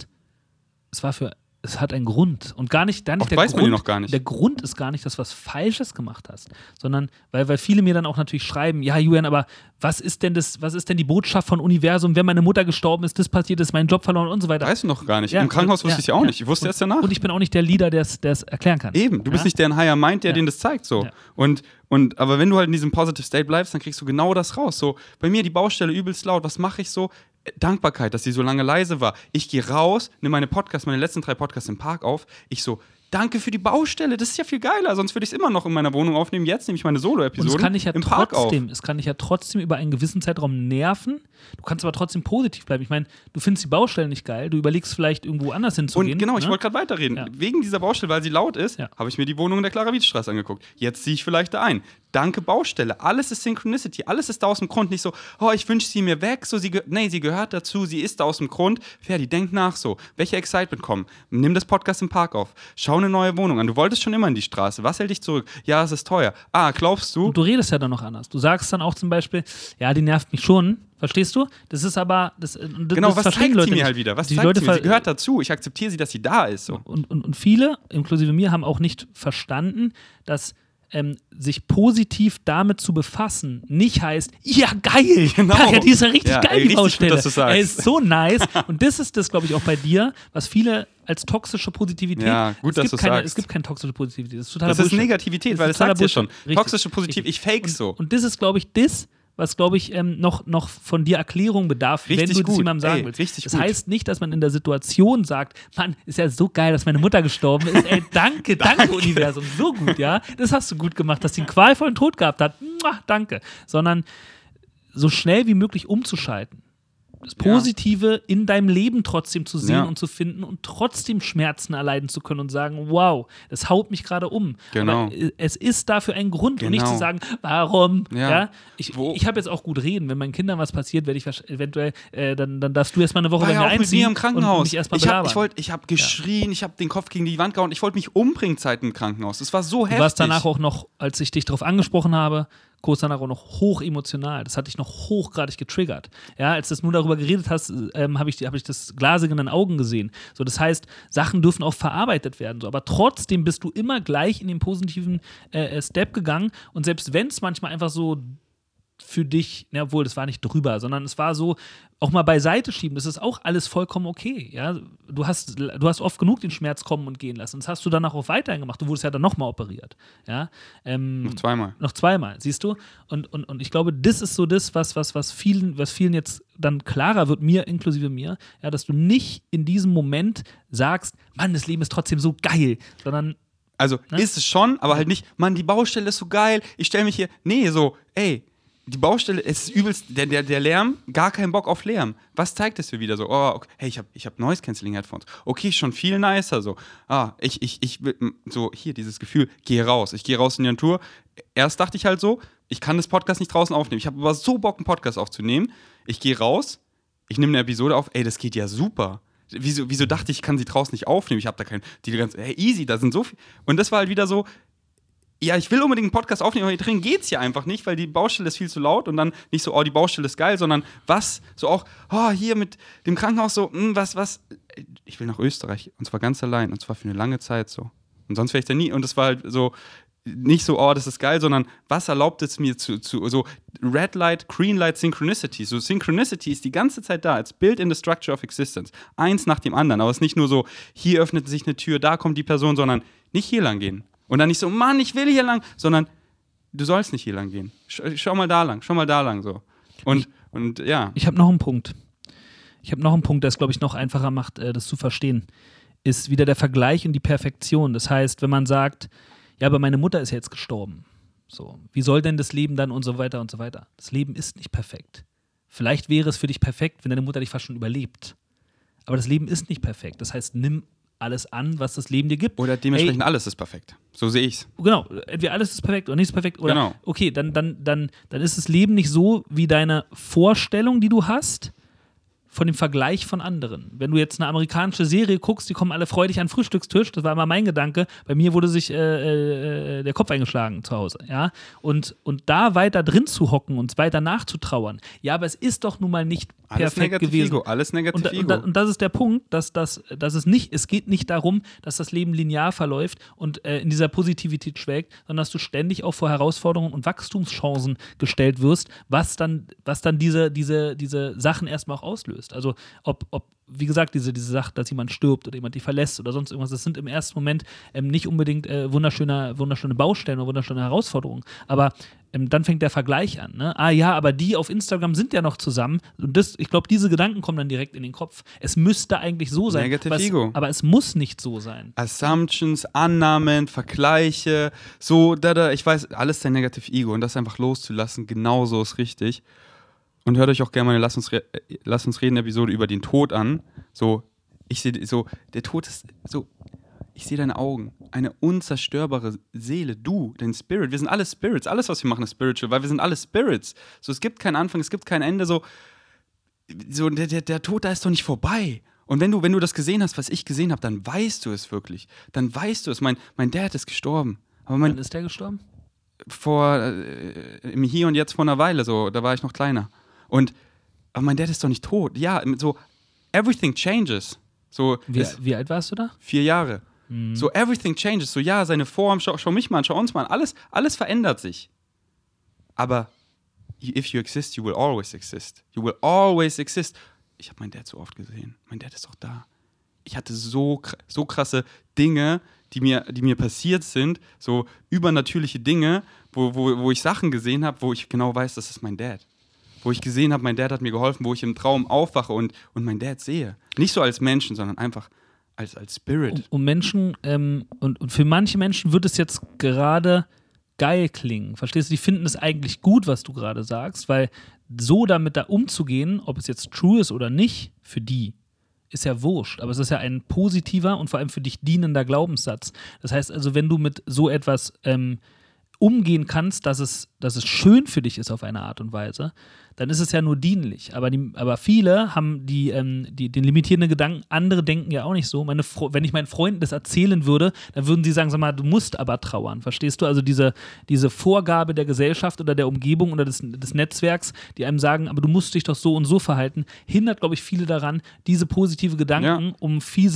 es hat einen Grund. Und gar nicht der weiß man Grund. Noch gar nicht. Der Grund ist gar nicht, dass du was Falsches gemacht hast, sondern weil viele mir dann auch natürlich schreiben, ja, Julian, aber was ist denn die Botschaft von Universum, wenn meine Mutter gestorben ist, das passiert ist, mein Job verloren und so weiter. Weißt du noch gar nicht. Ja, im Krankenhaus wusste ich ja auch nicht. Ich wusste erst danach. Und ich bin auch nicht der Leader, der es erklären kann. Eben, du bist nicht der in Higher Mind, der denen das zeigt. So. Ja. Aber wenn du halt in diesem Positive State bleibst, dann kriegst du genau das raus. So, bei mir die Baustelle übelst laut. Was mache ich so? Dankbarkeit, dass sie so lange leise war. Ich gehe raus, nehme meine letzten 3 Podcasts im Park auf. Ich so, danke für die Baustelle, das ist ja viel geiler. Sonst würde ich es immer noch in meiner Wohnung aufnehmen. Jetzt nehme ich meine Solo-Episode im Park auf. Es kann dich ja trotzdem über einen gewissen Zeitraum nerven. Du kannst aber trotzdem positiv bleiben. Ich meine, du findest die Baustelle nicht geil. Du überlegst vielleicht irgendwo anders hinzugehen. Und genau, ich wollte gerade weiterreden. Ja. Wegen dieser Baustelle, weil sie laut ist, habe ich mir die Wohnung in der Clara-Wieds-Straße angeguckt. Jetzt ziehe ich vielleicht da ein. Danke Baustelle. Alles ist Synchronicity. Alles ist da aus dem Grund. Nicht so, oh, ich wünsche sie mir weg. So, sie gehört dazu. Sie ist da aus dem Grund. Ferdi, denk nach so. Welche Excitement kommen? Nimm das Podcast im Park auf. Schau eine neue Wohnung an. Du wolltest schon immer in die Straße. Was hält dich zurück? Ja, es ist teuer. Glaubst du? Und du redest ja dann noch anders. Du sagst dann auch zum Beispiel, ja, die nervt mich schon. Verstehst du? Das ist aber. Genau, was zeigt sie mir halt wieder? Was zeigt sie mir? Sie gehört dazu. Ich akzeptiere sie, dass sie da ist. So. Und viele, inklusive mir, haben auch nicht verstanden, dass sich positiv damit zu befassen nicht heißt, ja, geil, genau. Ja, die ist ja richtig geil, die Baustelle. Gut, er ist so nice. Und das ist das, glaube ich, auch bei dir, was viele als toxische Positivität. Ja, gut, dass du sagst. Es gibt keine toxische Positivität. Das ist totaler Bullshit. Das ist Negativität, weil es sagt ja schon. Toxische Positivität, ich fake so. Und das ist, glaube ich, was, glaube ich, noch von dir Erklärung bedarf, wenn du das jemandem sagen willst. Das heißt nicht, dass man in der Situation sagt, Mann, ist ja so geil, dass meine Mutter gestorben ist. Ey, danke Universum, so gut, ja. Das hast du gut gemacht, dass sie einen qualvollen Tod gehabt hat. Danke. Sondern so schnell wie möglich umzuschalten. Das Positive in deinem Leben trotzdem zu sehen und zu finden und trotzdem Schmerzen erleiden zu können und sagen, wow, das haut mich gerade um. Genau. Aber es ist dafür ein Grund und nicht zu sagen, warum? Ja. Ich habe jetzt auch gut reden. Wenn meinen Kindern was passiert, werde ich eventuell, dann darfst du erstmal eine Woche bei mir einziehen. Mit mir im Krankenhaus. Und mich erstmal belabern. Ich habe geschrien, ich habe den Kopf gegen die Wand gehauen. Ich wollte mich umbringen Zeit im Krankenhaus. Das war so heftig. Du warst danach auch noch, als ich dich darauf angesprochen habe, kurz danach auch noch hoch emotional. Das hat dich noch hochgradig getriggert. Ja, als du nur darüber geredet hast, habe ich das Glasige in den Augen gesehen. So, das heißt, Sachen dürfen auch verarbeitet werden. So. Aber trotzdem bist du immer gleich in den positiven Step gegangen. Und selbst wenn es manchmal einfach so für dich, obwohl das war nicht drüber, sondern es war so, auch mal beiseite schieben, das ist auch alles vollkommen okay. Ja? Du hast oft genug den Schmerz kommen und gehen lassen. Das hast du danach auch weiterhin gemacht. Du wurdest ja dann nochmal operiert. Ja? Noch zweimal. Noch zweimal, siehst du? Und ich glaube, das ist so das, was vielen jetzt dann klarer wird, mir inklusive mir, ja, dass du nicht in diesem Moment sagst, Mann, das Leben ist trotzdem so geil, sondern also ist es schon, aber halt nicht, Mann, die Baustelle ist so geil, ich stelle mich hier, die Baustelle, es ist übelst, der Lärm, gar keinen Bock auf Lärm. Was zeigt es mir wieder so? Oh, okay, hey, ich hab Noise-Canceling-Headphones. Okay, schon viel nicer so. Ich will, so, hier, dieses Gefühl, gehe raus. Ich gehe raus in die Natur. Erst dachte ich halt so, ich kann das Podcast nicht draußen aufnehmen. Ich habe aber so Bock, einen Podcast aufzunehmen. Ich gehe raus, ich nehme eine Episode auf, das geht ja super. Wieso dachte ich kann sie draußen nicht aufnehmen? Ich habe da die ganze, easy, da sind so viel. Und das war halt wieder so, ja, ich will unbedingt einen Podcast aufnehmen, aber hier drin geht's ja einfach nicht, weil die Baustelle ist viel zu laut und dann nicht so, oh, die Baustelle ist geil, sondern was, so auch, oh, hier mit dem Krankenhaus so, was, ich will nach Österreich und zwar ganz allein und zwar für eine lange Zeit so. Und sonst wäre ich da nie, und das war halt so, nicht so, oh, das ist geil, sondern was erlaubt es mir so Red Light, Green Light, Synchronicity. So Synchronicity ist die ganze Zeit da, it's built in the structure of existence. Eins nach dem anderen, aber es ist nicht nur so, hier öffnet sich eine Tür, da kommt die Person, sondern nicht hier lang gehen. Und dann nicht so, Mann, ich will hier lang, sondern du sollst nicht hier lang gehen. Schau mal da lang, so. Und ja. Ich habe noch einen Punkt. Der es, glaube ich, noch einfacher macht, das zu verstehen. Ist wieder der Vergleich und die Perfektion. Das heißt, wenn man sagt, ja, aber meine Mutter ist ja jetzt gestorben. So, wie soll denn das Leben dann und so weiter und so weiter? Das Leben ist nicht perfekt. Vielleicht wäre es für dich perfekt, wenn deine Mutter dich fast schon überlebt. Aber das Leben ist nicht perfekt. Das heißt, nimm alles an, was das Leben dir gibt. Oder dementsprechend alles ist perfekt. So sehe ich's. Genau, entweder alles ist perfekt oder nichts ist perfekt. Oder genau. Okay, dann ist das Leben nicht so wie deine Vorstellung, die du hast, von dem Vergleich von anderen. Wenn du jetzt eine amerikanische Serie guckst, die kommen alle freudig an den Frühstückstisch, das war immer mein Gedanke, bei mir wurde sich der Kopf eingeschlagen zu Hause, ja, und da weiter drin zu hocken und weiter nachzutrauern, ja, aber es ist doch nun mal nicht perfekt gewesen. Alles negativ Ego. Und das ist der Punkt, dass es geht nicht darum, dass das Leben linear verläuft und in dieser Positivität schwelgt, sondern dass du ständig auch vor Herausforderungen und Wachstumschancen gestellt wirst, was dann diese Sachen erstmal auch auslöst. Also ob wie gesagt, diese Sache, dass jemand stirbt oder jemand dich verlässt oder sonst irgendwas, das sind im ersten Moment nicht unbedingt wunderschöne Baustellen oder wunderschöne Herausforderungen. Aber dann fängt der Vergleich an. Ne? Ah ja, aber die auf Instagram sind ja noch zusammen. Und ich glaube, diese Gedanken kommen dann direkt in den Kopf. Es müsste eigentlich so sein. Negative Ego. Aber es muss nicht so sein. Assumptions, Annahmen, Vergleiche, so, ich weiß, alles der Negative Ego. Und das einfach loszulassen, genauso ist richtig. Und hört euch auch gerne mal eine Lass uns reden Episode über den Tod an. So, ich sehe so, der Tod ist so, ich sehe deine Augen, eine unzerstörbare Seele, du, dein Spirit. Wir sind alle Spirits, alles, was wir machen, ist spiritual, weil wir sind alle Spirits. So, es gibt keinen Anfang, es gibt kein Ende, so der Tod, da ist doch nicht vorbei. Und wenn du das gesehen hast, was ich gesehen habe, dann weißt du es wirklich. Dann weißt du es. Mein Dad ist gestorben. Aber Wann ist der gestorben? Im Hier und Jetzt vor einer Weile, so, da war ich noch kleiner. Aber mein Dad ist doch nicht tot. Ja, so, everything changes. So, wie alt warst du da? 4 Jahre. So, everything changes. So, ja, seine Form, schau mich mal an, schau uns mal an. Alles verändert sich. Aber if you exist, you will always exist. You will always exist. Ich habe meinen Dad so oft gesehen. Mein Dad ist doch da. Ich hatte so krasse Dinge, die mir passiert sind, so übernatürliche Dinge, wo ich Sachen gesehen habe, wo ich genau weiß, das ist mein Dad. Wo ich gesehen habe, mein Dad hat mir geholfen, wo ich im Traum aufwache und mein Dad sehe. Nicht so als Menschen, sondern einfach als Spirit. Und Menschen, und für manche Menschen wird es jetzt gerade geil klingen. Verstehst du? Die finden es eigentlich gut, was du gerade sagst, weil so damit da umzugehen, ob es jetzt true ist oder nicht, für die ist ja wurscht. Aber es ist ja ein positiver und vor allem für dich dienender Glaubenssatz. Das heißt also, wenn du mit so etwas umgehen kannst, dass es schön für dich ist auf eine Art und Weise, dann ist es ja nur dienlich. Aber viele haben den limitierenden Gedanken, andere denken ja auch nicht so. Wenn ich meinen Freunden das erzählen würde, dann würden sie sagen, sag mal, du musst aber trauern. Verstehst du? Also diese Vorgabe der Gesellschaft oder der Umgebung oder des Netzwerks, die einem sagen, aber du musst dich doch so und so verhalten, hindert, glaube ich, viele daran, diese positive Gedanken um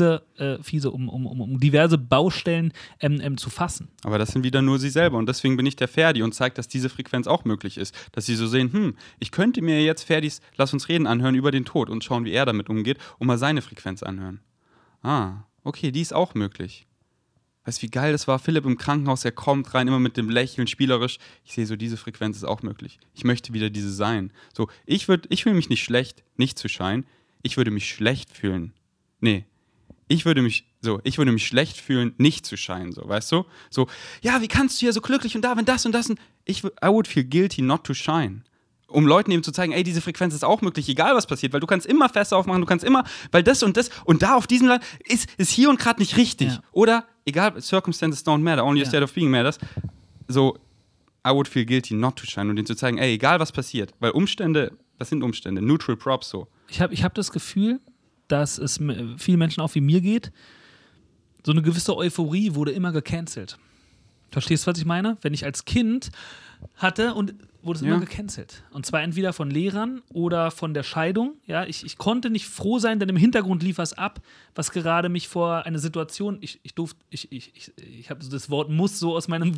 diverse Baustellen zu fassen. Aber das sind wieder nur sie selber. Und deswegen bin ich der Ferdi und zeige, dass diese Frequenz auch möglich ist. Dass sie so sehen, ich könnte mir jetzt Ferdis Lass uns reden anhören über den Tod und schauen, wie er damit umgeht und mal seine Frequenz anhören. Ah, okay, die ist auch möglich. Weißt du, wie geil das war? Philipp im Krankenhaus, er kommt rein, immer mit dem Lächeln, spielerisch. Ich sehe so, diese Frequenz ist auch möglich. Ich möchte wieder diese sein. So, ich fühle mich nicht schlecht, nicht zu scheinen. Ich würde mich schlecht fühlen. Nee. Ich würde mich schlecht fühlen, nicht zu scheinen, so, weißt du? So, ja, wie kannst du hier so glücklich und da, wenn das und das und I would feel guilty not to shine. Um Leuten eben zu zeigen, ey, diese Frequenz ist auch möglich, egal was passiert, weil du kannst immer Fässer aufmachen, du kannst immer, weil das und da auf diesem Land ist hier und gerade nicht richtig. Ja. Oder, egal, circumstances don't matter, only your state of being matters. So, I would feel guilty not to shine und denen zu zeigen, ey, egal was passiert, weil Umstände, was sind Umstände? Neutral props so. Ich hab das Gefühl, dass es vielen Menschen auch wie mir geht, so eine gewisse Euphorie wurde immer gecancelt. Verstehst du, was ich meine? Wenn ich als Kind hatte und wurde es immer gecancelt. Und zwar entweder von Lehrern oder von der Scheidung. Ja, ich konnte nicht froh sein, denn im Hintergrund lief was ab, was gerade mich vor eine Situation, ich habe so das Wort muss so aus meinem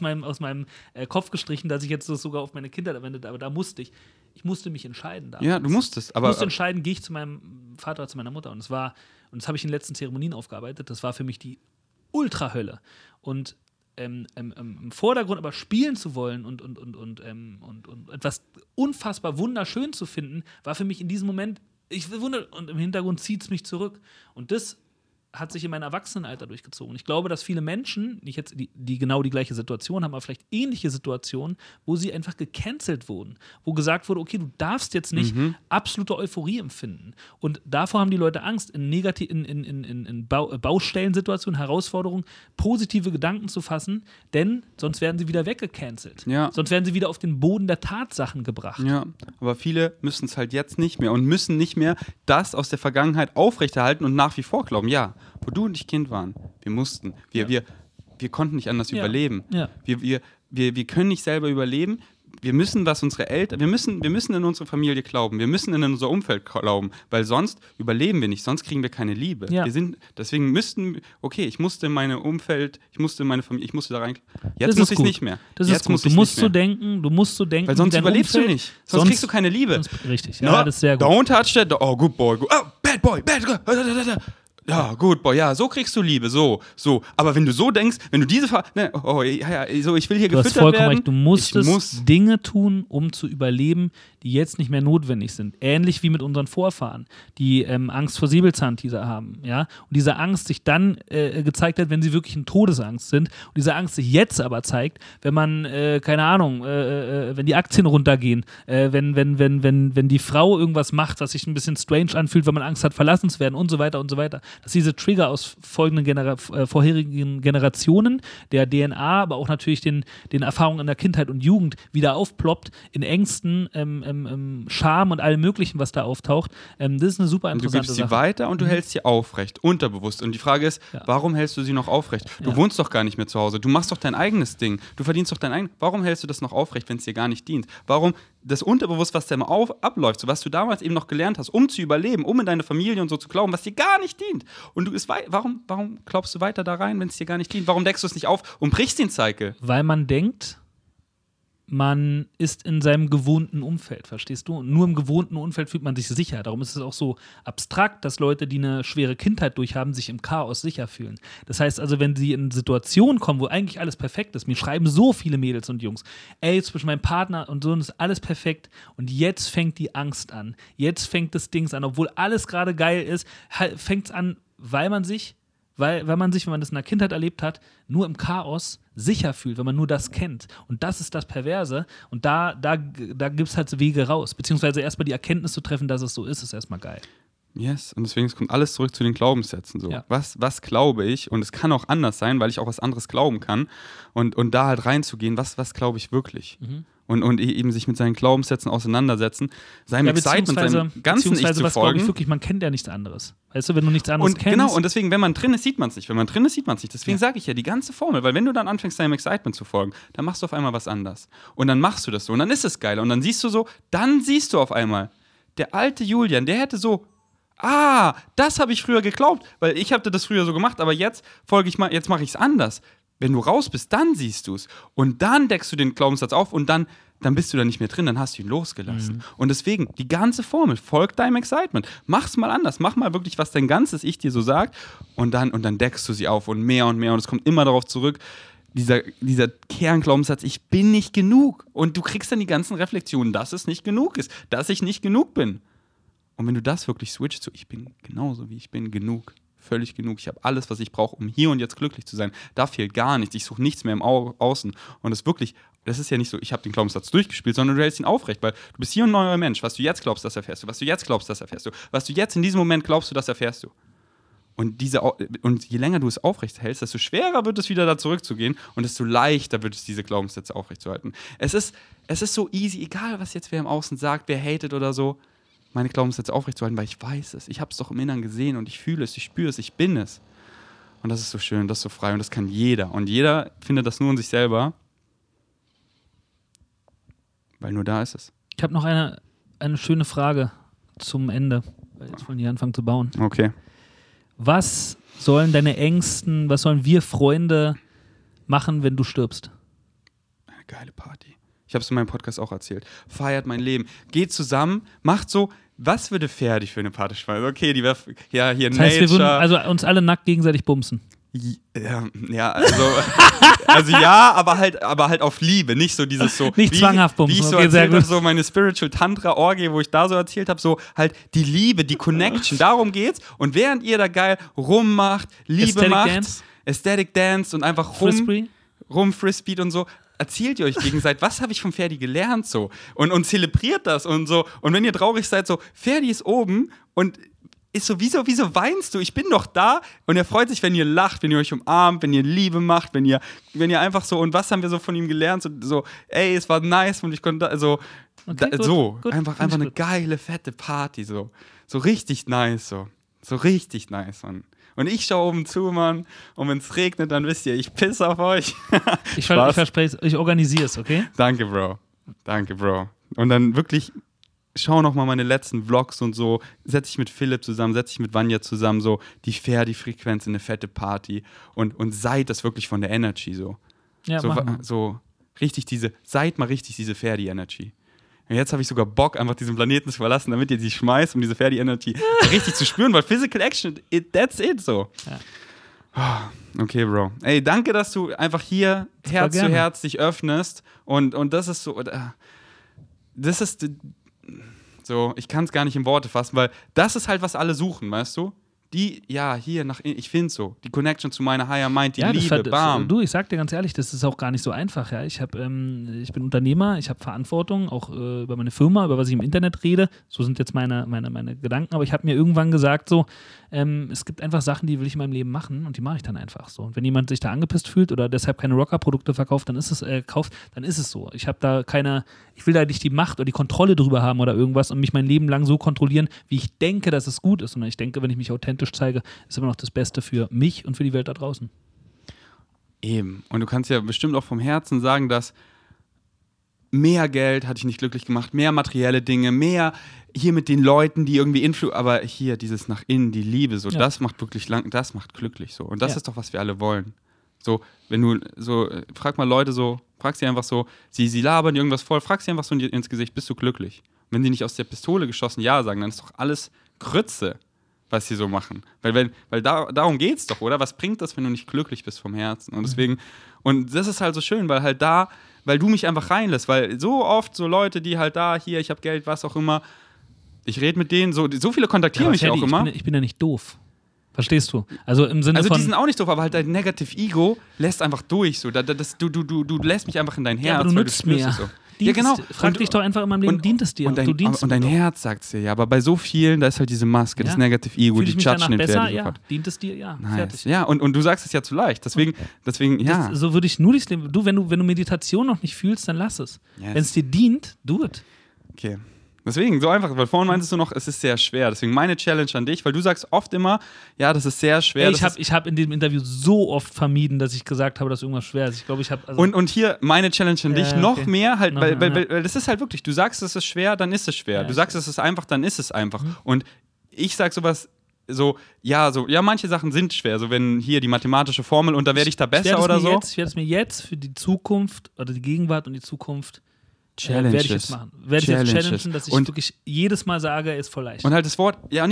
Kopf gestrichen, dass ich jetzt das sogar auf meine Kinder anwende, aber da musste ich. Ich musste mich entscheiden damals. Ja, du musstest. Ich musste entscheiden, gehe ich zu meinem Vater oder zu meiner Mutter. Und das habe ich in den letzten Zeremonien aufgearbeitet, das war für mich die Ultrahölle. Und im Vordergrund aber spielen zu wollen und etwas unfassbar wunderschön zu finden, war für mich in diesem Moment, und im Hintergrund zieht es mich zurück. Und das hat sich in meinem Erwachsenenalter durchgezogen. Ich glaube, dass viele Menschen, nicht jetzt die genau die gleiche Situation haben, aber vielleicht ähnliche Situationen, wo sie einfach gecancelt wurden, wo gesagt wurde, okay, du darfst jetzt nicht absolute Euphorie empfinden. Und davor haben die Leute Angst, in Baustellensituationen, Herausforderungen, positive Gedanken zu fassen, denn sonst werden sie wieder weggecancelt. Ja. Sonst werden sie wieder auf den Boden der Tatsachen gebracht. Ja, aber viele müssen es halt jetzt nicht mehr und müssen nicht mehr das aus der Vergangenheit aufrechterhalten und nach wie vor glauben, ja, wo du und ich Kind waren, wir mussten, wir konnten nicht anders überleben. Ja. Wir können nicht selber überleben. Wir müssen, was unsere Eltern, wir müssen in unsere Familie glauben, wir müssen in unser Umfeld glauben, weil sonst überleben wir nicht, sonst kriegen wir keine Liebe. Ja. Deswegen ich musste in mein Umfeld, ich musste in meine Familie, ich musste da rein. Jetzt Das muss ist ich es gut. nicht mehr. Das Jetzt ist gut. Du musst so denken, weil sonst wie dein überlebst Umfeld, du nicht. Sonst kriegst du keine Liebe. Richtig, ja, das ist sehr gut. Don't touch that. Oh, good boy. Oh, bad boy. Ja, gut, boy, ja, so kriegst du Liebe, so. Aber wenn du so denkst, wenn du diese ich will hier Du hast gefüttert vollkommen werden. recht, du musstest Dinge tun, um zu überleben, die jetzt nicht mehr notwendig sind. Ähnlich wie mit unseren Vorfahren, die Angst vor Säbelzahntiger haben, ja. Und diese Angst sich dann gezeigt hat, wenn sie wirklich in Todesangst sind. Und diese Angst sich jetzt aber zeigt, wenn man, keine Ahnung, wenn die Aktien runtergehen, wenn die Frau irgendwas macht, was sich ein bisschen strange anfühlt, weil man Angst hat, verlassen zu werden und so weiter und so weiter. Dass diese Trigger aus vorherigen Generationen, der DNA, aber auch natürlich den Erfahrungen in der Kindheit und Jugend wieder aufploppt, in Ängsten, Scham und allem Möglichen, was da auftaucht. Das ist eine super interessante Sache. Du gibst sie weiter und du hältst sie aufrecht, unterbewusst. Und die Frage ist, warum hältst du sie noch aufrecht? Du wohnst doch gar nicht mehr zu Hause. Du machst doch dein eigenes Ding. Du verdienst doch dein eigenes. Warum hältst du das noch aufrecht, wenn es dir gar nicht dient? Warum das Unterbewusst, was da immer abläuft, so was du damals eben noch gelernt hast, um zu überleben, um in deine Familie und so zu glauben, was dir gar nicht dient. Und warum glaubst du weiter da rein, wenn es dir gar nicht dient? Warum deckst du es nicht auf und brichst den Cycle? Weil man denkt, man ist in seinem gewohnten Umfeld, verstehst du? Und nur im gewohnten Umfeld fühlt man sich sicher. Darum ist es auch so abstrakt, dass Leute, die eine schwere Kindheit durchhaben, sich im Chaos sicher fühlen. Das heißt also, wenn sie in Situationen kommen, wo eigentlich alles perfekt ist, mir schreiben so viele Mädels und Jungs, ey, zwischen meinem Partner und so ist alles perfekt und jetzt fängt die Angst an. Jetzt fängt das Dings an. Obwohl alles gerade geil ist, fängt es an, weil man sich, wenn man das in der Kindheit erlebt hat, nur im Chaos sicher fühlt, wenn man nur das kennt. Und das ist das Perverse. Und da gibt es halt so Wege raus. Beziehungsweise erstmal die Erkenntnis zu treffen, dass es so ist erstmal geil. Yes, und deswegen kommt alles zurück zu den Glaubenssätzen. So. Ja. Was glaube ich? Und es kann auch anders sein, weil ich auch was anderes glauben kann. Und da halt reinzugehen, was glaube ich wirklich? Und eben sich mit seinen Glaubenssätzen auseinandersetzen, seinem Excitement, seinem ganzen Ich zu was folgen. Ich wirklich, man kennt ja nichts anderes. Weißt du, wenn du nichts anderes kennst. Genau, und deswegen, wenn man drin ist, sieht man es nicht. Wenn man drin ist, sieht man es nicht. Deswegen sage ich ja die ganze Formel, weil wenn du dann anfängst, deinem Excitement zu folgen, dann machst du auf einmal was anders. Und dann machst du das so und dann ist es geil. Und dann siehst du auf einmal, der alte Julian, der hätte so, das habe ich früher geglaubt, weil ich habe das früher so gemacht, aber jetzt mache ich es anders. Wenn du raus bist, dann siehst du es. Und dann deckst du den Glaubenssatz auf und dann bist du da nicht mehr drin, dann hast du ihn losgelassen. Und deswegen, die ganze Formel, folgt deinem Excitement. Mach's mal anders, mach mal wirklich, was dein ganzes Ich dir so sagt und dann deckst du sie auf und mehr und es kommt immer darauf zurück, dieser Kernglaubenssatz, ich bin nicht genug. Und du kriegst dann die ganzen Reflexionen, dass es nicht genug ist, dass ich nicht genug bin. Und wenn du das wirklich switchst, ich bin genauso wie ich bin, genug. Völlig genug. Ich habe alles, was ich brauche, um hier und jetzt glücklich zu sein. Da fehlt gar nichts. Ich suche nichts mehr im Außen. Und das ist ja nicht so, ich habe den Glaubenssatz durchgespielt, sondern du hältst ihn aufrecht, weil du bist hier ein neuer Mensch. Was du jetzt glaubst, das erfährst du. Was du jetzt glaubst, das erfährst du. Was du jetzt in diesem Moment glaubst, das erfährst du. Und je länger du es aufrecht hältst, desto schwerer wird es wieder da zurückzugehen und desto leichter wird es, diese Glaubenssätze aufrechtzuerhalten. Es ist so easy, egal was jetzt wer im Außen sagt, wer hatet oder so, meine Glaubenssätze aufrechtzuerhalten, weil ich weiß es. Ich habe es doch im Inneren gesehen und ich fühle es, ich spüre es, ich bin es. Und das ist so schön, das ist so frei und das kann jeder. Und jeder findet das nur in sich selber, weil nur da ist es. Ich habe noch eine schöne Frage zum Ende, weil jetzt wollen die anfangen zu bauen. Okay. Was sollen deine Ängsten, was sollen wir Freunde machen, wenn du stirbst? Eine geile Party. Ich habe es in meinem Podcast auch erzählt. Feiert mein Leben. Geht zusammen, macht so, was würde Ferdi für eine Party schmeißen? Okay, die wäre, ja, hier das heißt, Nature. wir würden also uns alle nackt gegenseitig bumsen. Ja, also ja, aber halt auf Liebe, nicht so dieses so. Nicht zwanghaft bumsen. Wie ich so okay, erzählt habe, so meine Spiritual Tantra-Orgie, wo ich da so erzählt habe, so halt die Liebe, die Connection, darum geht's. Und während ihr da geil rummacht, Liebe macht, Aesthetic Dance und einfach Frisbee und so, erzählt ihr euch gegenseitig, was habe ich von Ferdi gelernt so und zelebriert das und so. Und wenn ihr traurig seid, so, Ferdi ist oben und ist so, wieso weinst du? Ich bin doch da. Und er freut sich, wenn ihr lacht, wenn ihr euch umarmt, wenn ihr Liebe macht, wenn ihr einfach so, und was haben wir so von ihm gelernt? So ey, es war nice und ich konnte, also, okay, gut, einfach eine geile, fette Party, so richtig nice, so richtig nice, Mann. Und ich schaue oben zu, Mann, und wenn es regnet, dann wisst ihr, ich pisse auf euch. Ich verspreche es, ich organisiere es, okay? Danke, Bro. Und dann wirklich schau noch mal meine letzten Vlogs und so, setze ich mit Philipp zusammen, setze ich mit Vanja zusammen, so die Ferdi-Frequenz in eine fette Party und seid das wirklich von der Energy so. Ja, so richtig seid mal richtig diese Ferdi-Energy. Und jetzt habe ich sogar Bock, einfach diesen Planeten zu verlassen, damit ihr sie schmeißt, um diese Ferdi-Energy richtig zu spüren, weil Physical Action, that's it, so. Ja. Okay, Bro. Ey, danke, dass du einfach hier Herz zu Herz dich öffnest und das ist so, das ist so, ich kann es gar nicht in Worte fassen, weil das ist halt, was alle suchen, weißt du? Ich finde so, die Connection zu meiner Higher Mind, die Liebe, bam. Du, ich sag dir ganz ehrlich, das ist auch gar nicht so einfach, ja. Ich bin Unternehmer, ich habe Verantwortung, auch über meine Firma, über was ich im Internet rede. So sind jetzt meine Gedanken, aber ich habe mir irgendwann gesagt, so, es gibt einfach Sachen, die will ich in meinem Leben machen und die mache ich dann einfach so. Und wenn jemand sich da angepisst fühlt oder deshalb keine Rocker-Produkte verkauft, dann ist es so. Ich will da nicht die Macht oder die Kontrolle drüber haben oder irgendwas und mich mein Leben lang so kontrollieren, wie ich denke, dass es gut ist. Sondern ich denke, wenn ich mich authentisch zeige, ist immer noch das Beste für mich und für die Welt da draußen. Eben. Und du kannst ja bestimmt auch vom Herzen sagen, dass mehr Geld hat dich nicht glücklich gemacht, mehr materielle Dinge, mehr hier mit den Leuten, die irgendwie aber hier dieses nach innen, die Liebe, so, das macht wirklich das macht glücklich so. Und das ist doch, was wir alle wollen. So, wenn du so, frag mal Leute so, frag sie einfach so, sie labern irgendwas voll, frag sie einfach so ins Gesicht, bist du glücklich? Und wenn sie nicht aus der Pistole geschossen Ja sagen, dann ist doch alles Grütze, was sie so machen. Weil darum geht's doch, oder? Was bringt das, wenn du nicht glücklich bist vom Herzen? Und deswegen, und das ist halt so schön, weil du mich einfach reinlässt, weil so oft so Leute, die halt hier, ich habe Geld, was auch immer, ich rede mit denen, so viele kontaktieren mich auch immer. Ich bin ja nicht doof. Verstehst du? Also im Sinne von... die sind auch nicht doof, aber halt dein Negative Ego lässt einfach durch. So. Du lässt mich einfach in dein Herz. Ja, aber du nützt mir. So. Ja, genau. Frag dich doch einfach in meinem Leben, dient es dir? Und dein Herz sagt es dir, ja. Aber bei so vielen, da ist halt diese Maske, das Negative Ego, die judgen den besser? Ja. Dient es dir? Ja. Nice. Fertig. Ja, und du sagst es ja zu leicht. Deswegen ja. So würde ich nur durchs Leben... wenn du Meditation noch nicht fühlst, dann lass es. Yes. Wenn es dir dient, do it. Okay. Deswegen, so einfach, weil vorhin meintest du noch, es ist sehr schwer. Deswegen meine Challenge an dich, weil du sagst oft immer, ja, das ist sehr schwer. Ich hab in dem Interview so oft vermieden, dass ich gesagt habe, dass irgendwas schwer ist. Ich glaube, ich habe... Also und hier meine Challenge an dich, noch mehr, halt, weil das ist halt wirklich, du sagst, es ist schwer, dann ist es schwer. Du sagst, es ist einfach, dann ist es einfach. Und ich sag sowas, manche Sachen sind schwer, so wenn hier die mathematische Formel und da werde ich da besser oder so. Ich werde es mir jetzt für die Zukunft oder die Gegenwart und die Zukunft werde ich jetzt machen. Werde ich jetzt challengen, dass ich wirklich jedes Mal sage, ist voll leicht. Und halt das Wort, gar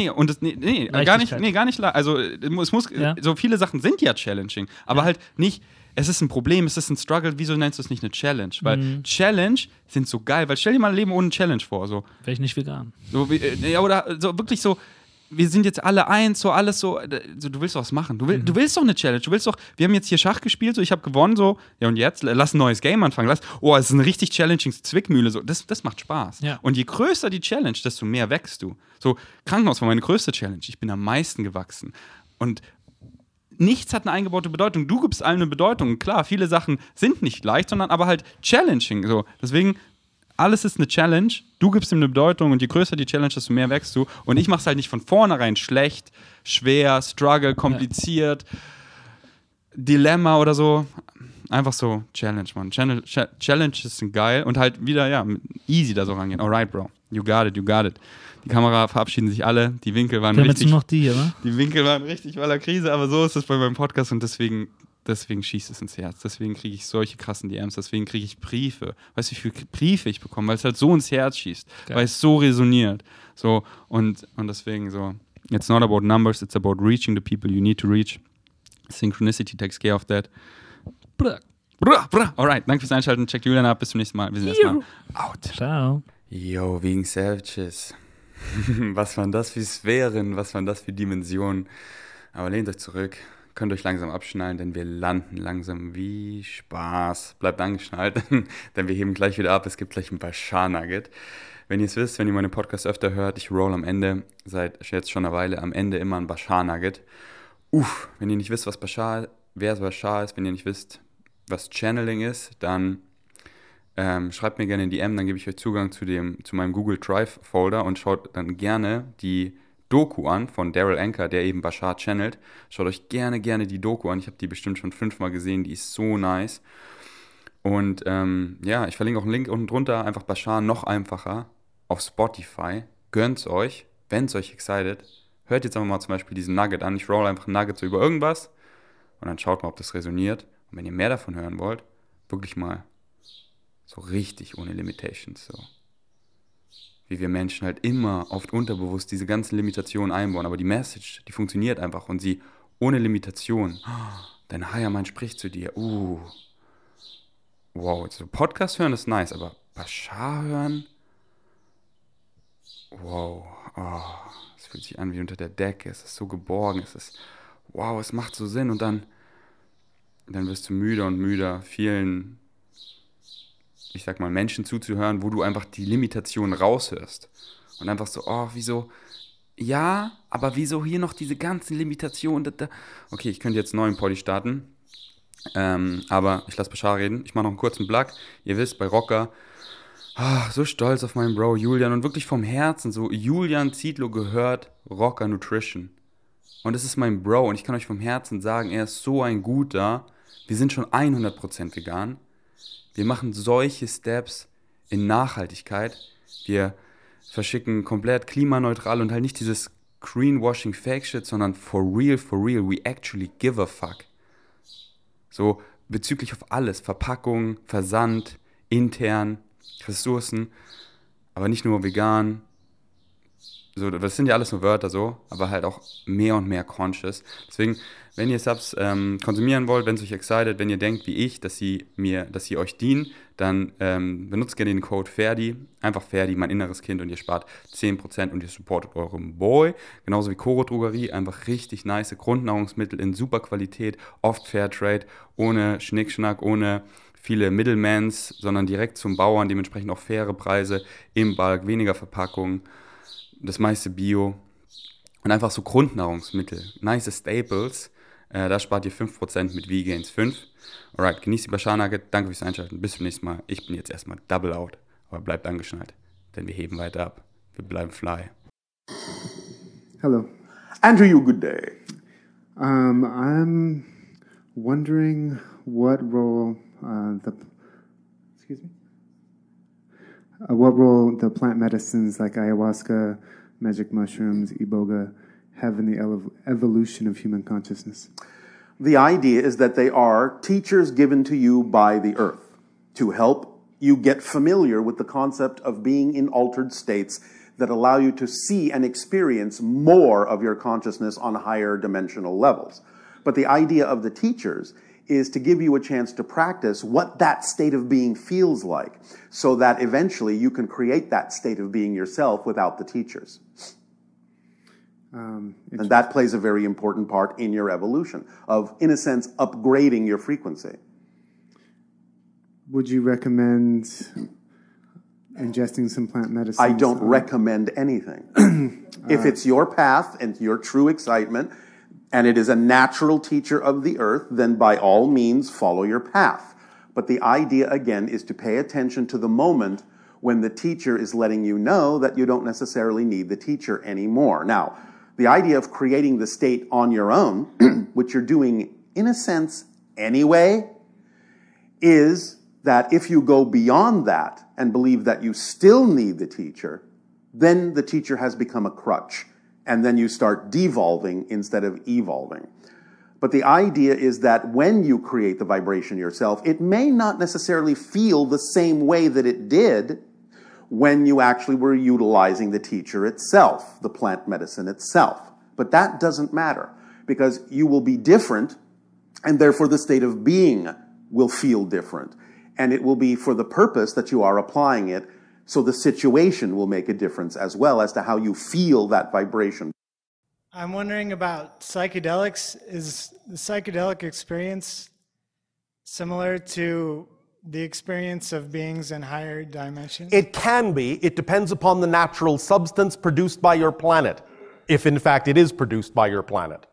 nicht, also es muss, so viele Sachen sind ja challenging, aber halt nicht, es ist ein Problem, es ist ein Struggle, wieso nennst du es nicht eine Challenge? Weil Challenge sind so geil, weil stell dir mal ein Leben ohne Challenge vor, so. Wäre ich nicht vegan. So, oder so wirklich so, wir sind jetzt alle eins, so alles so, du willst doch was machen. Du willst doch eine Challenge. Wir haben jetzt hier Schach gespielt, so ich habe gewonnen, so, ja und jetzt, lass ein neues Game anfangen. Es ist eine richtig challenging Zwickmühle, so, das macht Spaß. Ja. Und je größer die Challenge, desto mehr wächst du. So, Krankenhaus war meine größte Challenge. Ich bin am meisten gewachsen. Und nichts hat eine eingebaute Bedeutung. Du gibst allen eine Bedeutung. Klar, viele Sachen sind nicht leicht, sondern aber halt challenging. So, deswegen, alles ist eine Challenge, du gibst ihm eine Bedeutung und je größer die Challenge, desto mehr wächst du. Und ich mach's halt nicht von vornherein schlecht, schwer, struggle, kompliziert. Dilemma oder so. Einfach so Challenge, Mann. Challenges sind geil und halt wieder, ja, easy da so rangehen. Alright, Bro. You got it. Die Kamera verabschieden sich alle. Die Winkel waren richtig. Noch die, oder? Die Winkel waren richtig voller Krise, aber so ist es bei meinem Podcast und deswegen schießt es ins Herz. Deswegen kriege ich solche krassen DMs. Deswegen kriege ich Briefe. Weißt du, wie viele Briefe ich bekomme? Weil es halt so ins Herz schießt. Geil. Weil es so resoniert. So, und deswegen so. It's not about numbers, it's about reaching the people you need to reach. Synchronicity takes care of that. Alright, danke fürs Einschalten. Checkt Julian ab. Bis zum nächsten Mal. Wir sind erstmal out. Ciao. Yo, wegen Savages. Was waren das für Sphären? Was waren das für Dimensionen? Aber lehnt euch zurück. Könnt euch langsam abschnallen, denn wir landen langsam wie Spaß. Bleibt angeschnallt, denn wir heben gleich wieder ab. Es gibt gleich ein Bashar Nugget. Wenn ihr es wisst, wenn ihr meine Podcasts öfter hört, ich roll am Ende, seit jetzt schon eine Weile, am Ende immer ein Bashar Nugget. Wenn ihr nicht wisst, wer Bashar ist, wenn ihr nicht wisst, was Channeling ist, dann schreibt mir gerne in DM, dann gebe ich euch Zugang zu meinem Google Drive Folder und schaut dann gerne die Doku an von Daryl Anker, der eben Bashar channelt. Schaut euch gerne die Doku an. Ich habe die bestimmt schon 5-mal gesehen, die ist so nice. Und ich verlinke auch einen Link unten drunter, einfach Bashar noch einfacher auf Spotify. Gönnt's euch, wenn's euch excited. Hört jetzt einfach mal zum Beispiel diesen Nugget an. Ich roll einfach ein Nugget so über irgendwas und dann schaut mal, ob das resoniert. Und wenn ihr mehr davon hören wollt, wirklich mal so richtig ohne Limitations, so. Wie wir Menschen halt immer oft unterbewusst diese ganzen Limitationen einbauen. Aber die Message, die funktioniert einfach und sie ohne Limitation. Dein Higher Mind spricht zu dir. Wow, so Podcast hören ist nice, aber Bashar hören? Wow, es fühlt sich an wie unter der Decke, es ist so geborgen, es macht so Sinn und dann wirst du müder und müder, vielen, ich sag mal, Menschen zuzuhören, wo du einfach die Limitationen raushörst und einfach so, wieso, ja, aber wieso hier noch diese ganzen Limitationen, okay, ich könnte jetzt einen neuen Poddy starten, aber ich lasse Bashar reden, ich mache noch einen kurzen Plug, ihr wisst, bei Rocker, so stolz auf meinen Bro Julian und wirklich vom Herzen so, Julian Zietlow gehört Rocker Nutrition und es ist mein Bro und ich kann euch vom Herzen sagen, er ist so ein guter, wir sind schon 100% vegan, wir machen solche Steps in Nachhaltigkeit, wir verschicken komplett klimaneutral und halt nicht dieses Greenwashing Fake Shit, sondern for real, we actually give a fuck. So bezüglich auf alles, Verpackung, Versand, intern, Ressourcen, aber nicht nur vegan, so, das sind ja alles nur Wörter so, aber halt auch mehr und mehr conscious. Deswegen, wenn ihr Subs konsumieren wollt, wenn es euch excited, wenn ihr denkt wie ich, dass sie euch dienen, dann benutzt gerne den Code Ferdi, einfach Ferdi, mein inneres Kind und ihr spart 10% und ihr supportet euren Boy. Genauso wie Koro Drogerie, einfach richtig nice Grundnahrungsmittel in super Qualität, oft Fairtrade, ohne Schnickschnack, ohne viele Middlemans, sondern direkt zum Bauern, dementsprechend auch faire Preise, im Bulk, weniger Verpackung, das meiste Bio und einfach so Grundnahrungsmittel, nice Staples, da spart ihr 5% mit Vegans 5. Alright, genießt die Bashar Nugget, danke fürs Einschalten, bis zum nächsten Mal. Ich bin jetzt erstmal double out, aber bleibt angeschnallt, denn wir heben weiter ab, wir bleiben fly. Hello. Andrew, you good day. I'm wondering what role what role the plant medicines like ayahuasca, magic mushrooms, iboga have in the evolution of human consciousness. The idea is that they are teachers given to you by the earth to help you get familiar with the concept of being in altered states that allow you to see and experience more of your consciousness on higher dimensional levels. But the idea of the teachers is to give you a chance to practice what that state of being feels like, so that eventually you can create that state of being yourself without the teachers. And that plays a very important part in your evolution of, in a sense, upgrading your frequency. Would you recommend ingesting some plant medicines? I don't recommend anything. If it's your path and your true excitement, and it is a natural teacher of the earth, then by all means follow your path. But the idea, again, is to pay attention to the moment when the teacher is letting you know that you don't necessarily need the teacher anymore. Now, the idea of creating the state on your own, which you're doing in a sense anyway, is that if you go beyond that and believe that you still need the teacher, then the teacher has become a crutch, and then you start devolving instead of evolving. But the idea is that when you create the vibration yourself, it may not necessarily feel the same way that it did when you actually were utilizing the teacher itself, the plant medicine itself. But that doesn't matter, because you will be different, and therefore the state of being will feel different. And it will be for the purpose that you are applying it, so the situation will make a difference as well as to how you feel that vibration. I'm wondering about psychedelics. Is the psychedelic experience similar to the experience of beings in higher dimensions? It can be. It depends upon the natural substance produced by your planet, if in fact it is produced by your planet.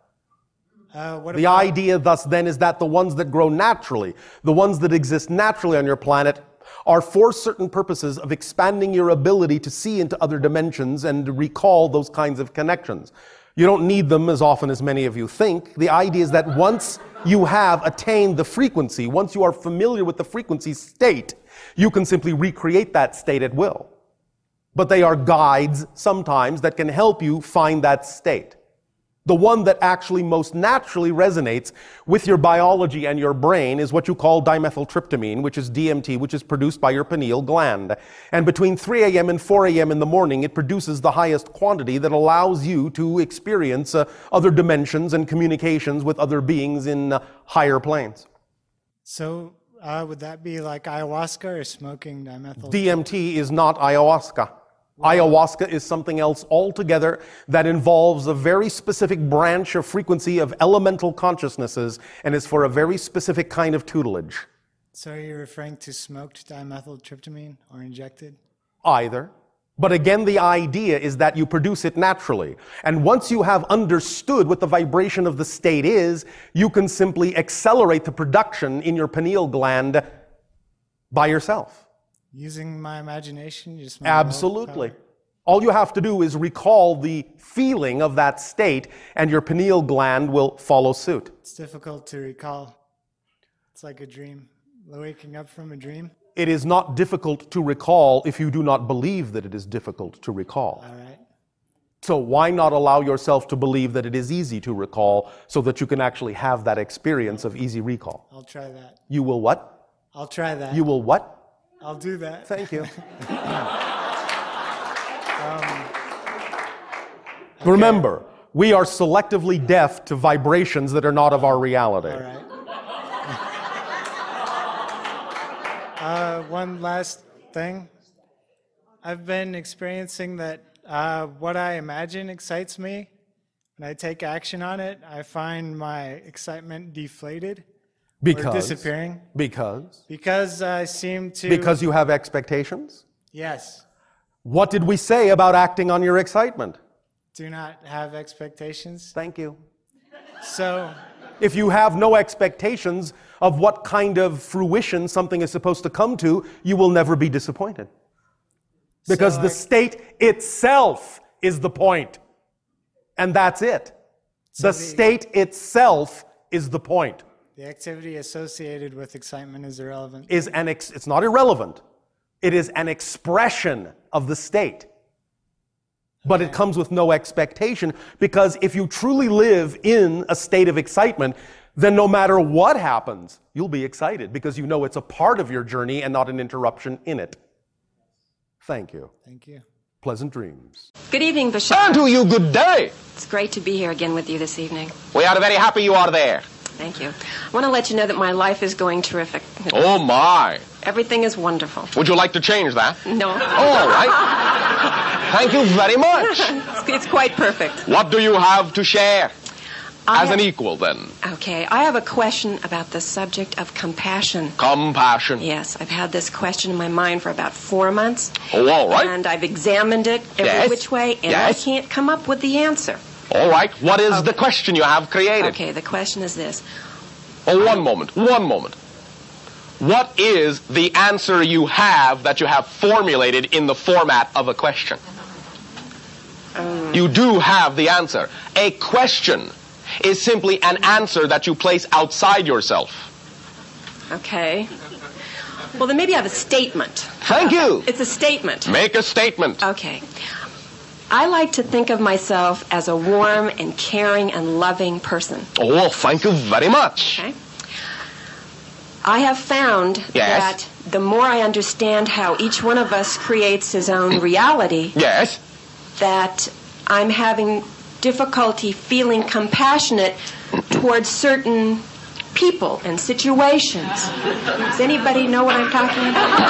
The idea thus then is that the ones that grow naturally, the ones that exist naturally on your planet, are for certain purposes of expanding your ability to see into other dimensions and recall those kinds of connections. You don't need them as often as many of you think. The idea is that once you have attained the frequency, once you are familiar with the frequency state, you can simply recreate that state at will. But they are guides sometimes that can help you find that state. The one that actually most naturally resonates with your biology and your brain is what you call dimethyltryptamine, which is DMT, which is produced by your pineal gland. And between 3 a.m. and 4 a.m. in the morning, it produces the highest quantity that allows you to experience other dimensions and communications with other beings in higher planes. So would that be like ayahuasca or smoking dimethyl? DMT is not ayahuasca. Ayahuasca is something else altogether that involves a very specific branch of frequency of elemental consciousnesses and is for a very specific kind of tutelage. So are you referring to smoked dimethyltryptamine or injected? Either. But again, the idea is that you produce it naturally. And once you have understood what the vibration of the state is, you can simply accelerate the production in your pineal gland by yourself. Using my imagination? Just Absolutely. All you have to do is recall the feeling of that state, and your pineal gland will follow suit. It's difficult to recall. It's like a dream. Waking up from a dream. It is not difficult to recall if you do not believe that it is difficult to recall. All right. So why not allow yourself to believe that it is easy to recall so that you can actually have that experience of easy recall? I'll try that. You will what? I'll try that. You will what? I'll do that. Thank you. Okay. Remember, we are selectively deaf to vibrations that are not of our reality. All right. One last thing. I've been experiencing that what I imagine excites me. When I take action on it, I find my excitement deflated. Because? Or disappearing. Because? Because I seem to... Because you have expectations? Yes. What did we say about acting on your excitement? Do not have expectations. Thank you. So... If you have no expectations of what kind of fruition something is supposed to come to, you will never be disappointed. Because the state itself is the point. And that's it. The state itself is the point. The activity associated with excitement is irrelevant. It's not irrelevant. It is an expression of the state. But it comes with no expectation, because if you truly live in a state of excitement, then no matter what happens, you'll be excited because you know it's a part of your journey and not an interruption in it. Thank you. Thank you. Pleasant dreams. Good evening, Bashar. And to you, good day. It's great to be here again with you this evening. We are very happy you are there. Thank you. I want to let you know that my life is going terrific. Oh, my. Everything is wonderful. Would you like to change that? No. All right. Thank you very much. It's quite perfect. What do you have to share? As an equal, then. Okay, I have a question about the subject of compassion. Compassion. Yes, I've had this question in my mind for about 4 months. Oh, all right. And I've examined it every which way, and I can't come up with the answer. All right. What is the question you have created? Okay, the question is this. Oh, one moment. What is the answer you have that you have formulated in the format of a question? You do have the answer. A question is simply an answer that you place outside yourself. Okay. Well, then maybe I have a statement. Thank you. It's a statement. Make a statement. Okay. I like to think of myself as a warm and caring and loving person. Oh, thank you very much. Okay. I have found that the more I understand how each one of us creates his own reality, Yes. that I'm having difficulty feeling compassionate towards certain people and situations. Does anybody know what I'm talking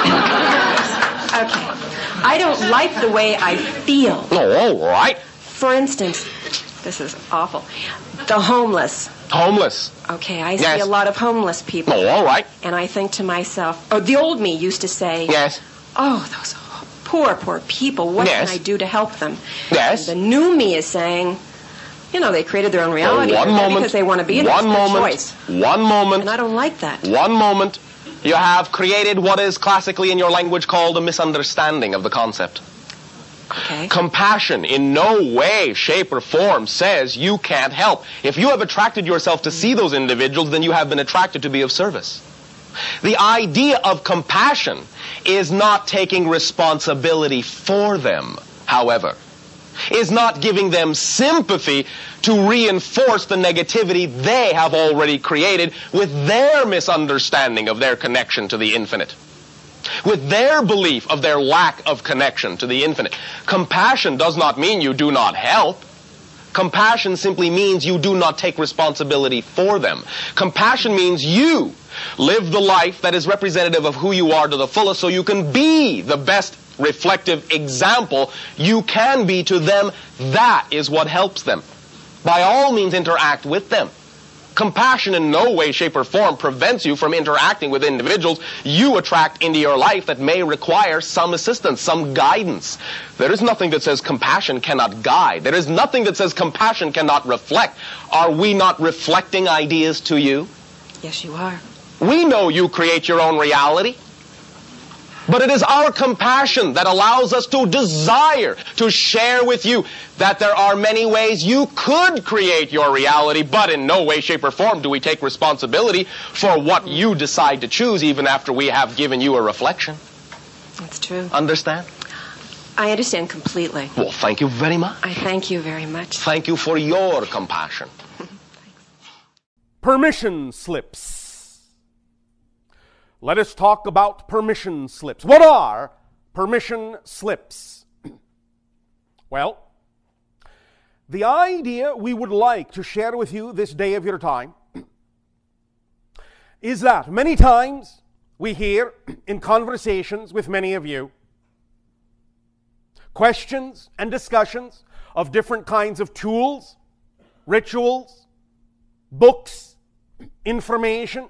about? Okay. I don't like the way I feel. Oh, all right. For instance, this is awful. The homeless. Homeless. Okay, I see a lot of homeless people. Oh, all right. And I think to myself, the old me used to say, Yes. oh, those poor, poor people, what can I do to help them? Yes. And the new me is saying, you know, they created their own reality because they want to be in One moment. choice. One moment. And I don't like that. One moment. You have created what is classically in your language called a misunderstanding of the concept. Okay. Compassion in no way, shape, or form says you can't help. If you have attracted yourself to see those individuals, then you have been attracted to be of service. The idea of compassion is not taking responsibility for them, however, is not giving them sympathy to reinforce the negativity they have already created with their misunderstanding of their connection to the infinite, with their belief of their lack of connection to the infinite. Compassion does not mean you do not help. Compassion simply means you do not take responsibility for them. Compassion means you live the life that is representative of who you are to the fullest so you can be the best reflective example you can be to them. That is what helps them. By all means, interact with them. Compassion in no way, shape, or form prevents you from interacting with individuals you attract into your life that may require some assistance, some guidance. There is nothing that says compassion cannot guide. There is nothing that says compassion cannot reflect. Are we not reflecting ideas to you? Yes, you are. We know you create your own reality. But it is our compassion that allows us to desire to share with you that there are many ways you could create your reality, but in no way, shape, or form do we take responsibility for what you decide to choose, even after we have given you a reflection. That's true. Understand? I understand completely. Well, thank you very much. I thank you very much. Thank you for your compassion. Permission slips. Let us talk about permission slips. What are permission slips? Well, the idea we would like to share with you this day of your time is that many times we hear in conversations with many of you questions and discussions of different kinds of tools, rituals, books, information.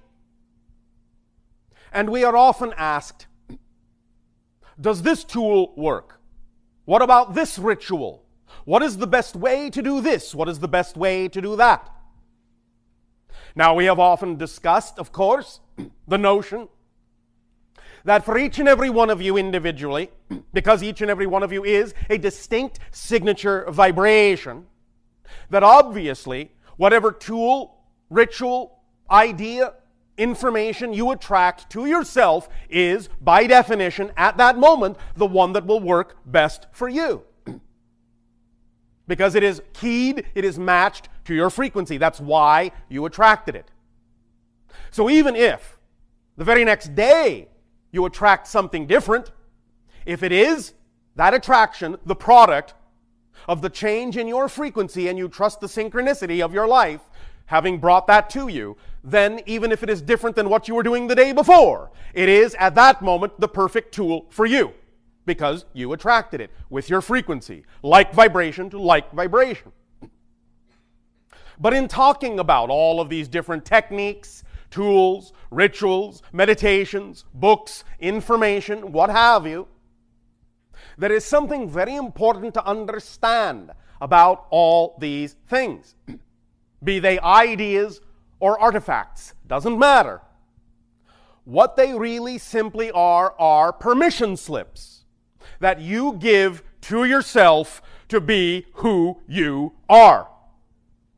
And we are often asked, does this tool work? What about this ritual? What is the best way to do this? What is the best way to do that? Now, we have often discussed, of course, the notion that for each and every one of you individually, because each and every one of you is a distinct signature vibration, that obviously whatever tool, ritual, idea, information you attract to yourself is, by definition, at that moment, the one that will work best for you. Because it is keyed, it is matched to your frequency. That's why you attracted it. So even if the very next day you attract something different, if it is that attraction, the product of the change in your frequency, and you trust the synchronicity of your life, having brought that to you, then even if it is different than what you were doing the day before, it is at that moment the perfect tool for you because you attracted it with your frequency, like vibration to like vibration. But in talking about all of these different techniques, tools, rituals, meditations, books, information, what have you, there is something very important to understand about all these things. Be they ideas or artifacts, doesn't matter. What they really simply are permission slips that you give to yourself to be who you are.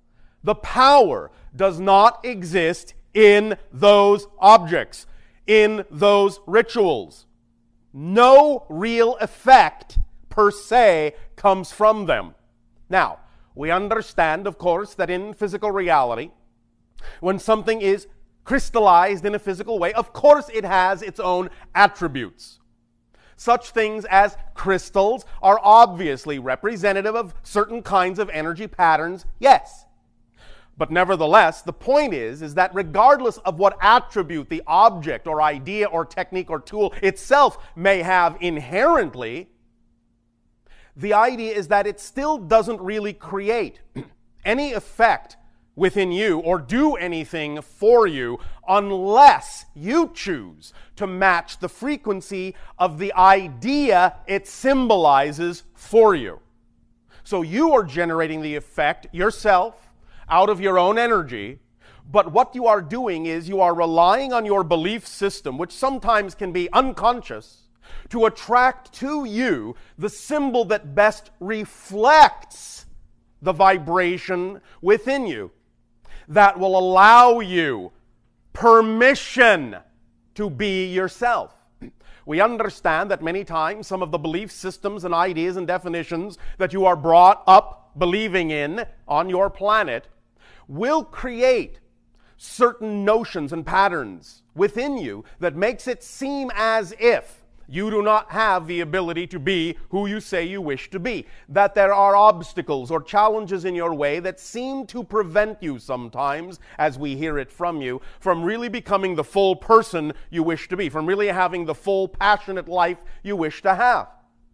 The power does not exist in those objects, in those rituals. No real effect per se comes from them. Now, we understand, of course, that in physical reality, when something is crystallized in a physical way, of course it has its own attributes. Such things as crystals are obviously representative of certain kinds of energy patterns, yes. But nevertheless, the point is that regardless of what attribute the object or idea or technique or tool itself may have inherently, the idea is that it still doesn't really create any effect within you or do anything for you unless you choose to match the frequency of the idea it symbolizes for you. So you are generating the effect yourself out of your own energy, but what you are doing is you are relying on your belief system, which sometimes can be unconscious, to attract to you the symbol that best reflects the vibration within you, that will allow you permission to be yourself. We understand that many times some of the belief systems and ideas and definitions that you are brought up believing in on your planet will create certain notions and patterns within you that makes it seem as if you do not have the ability to be who you say you wish to be. That there are obstacles or challenges in your way that seem to prevent you sometimes, as we hear it from you, from really becoming the full person you wish to be, from really having the full passionate life you wish to have.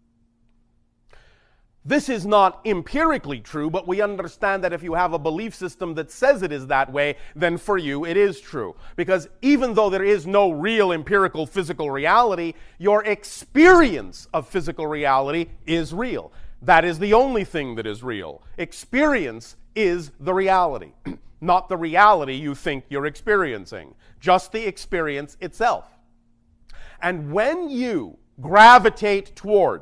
This is not empirically true, but we understand that if you have a belief system that says it is that way, then for you it is true. Because even though there is no real empirical physical reality, your experience of physical reality is real. That is the only thing that is real. Experience is the reality, not the reality you think you're experiencing, just the experience itself. And when you gravitate toward,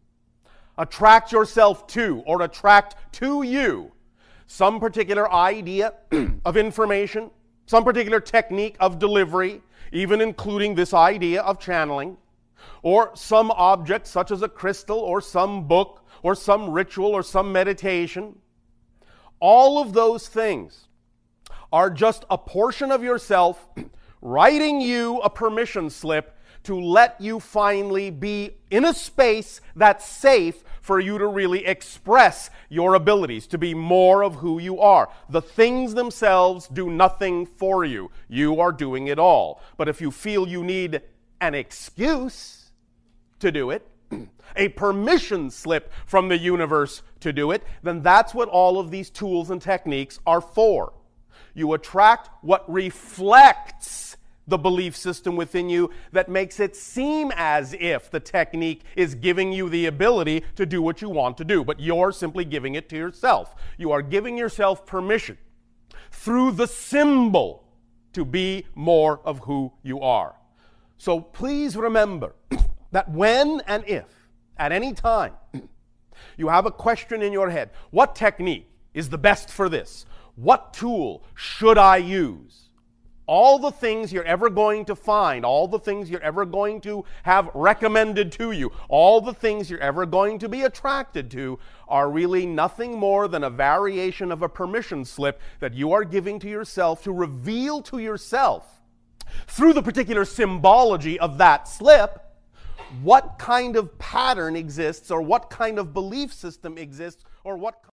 attract yourself to, or attract to you some particular idea of information, some particular technique of delivery, even including this idea of channeling, or some object such as a crystal or some book or some ritual or some meditation, all of those things are just a portion of yourself writing you a permission slip to let you finally be in a space that's safe for you to really express your abilities, to be more of who you are. The things themselves do nothing for you. You are doing it all. But if you feel you need an excuse to do it, a permission slip from the universe to do it, then that's what all of these tools and techniques are for. You attract what reflects the belief system within you that makes it seem as if the technique is giving you the ability to do what you want to do, but you're simply giving it to yourself. You are giving yourself permission through the symbol to be more of who you are. So please remember that when and if, at any time, you have a question in your head, what technique is the best for this? What tool should I use? All the things you're ever going to find, all the things you're ever going to have recommended to you, all the things you're ever going to be attracted to are really nothing more than a variation of a permission slip that you are giving to yourself to reveal to yourself, through the particular symbology of that slip, what kind of pattern exists or what kind of belief system exists or what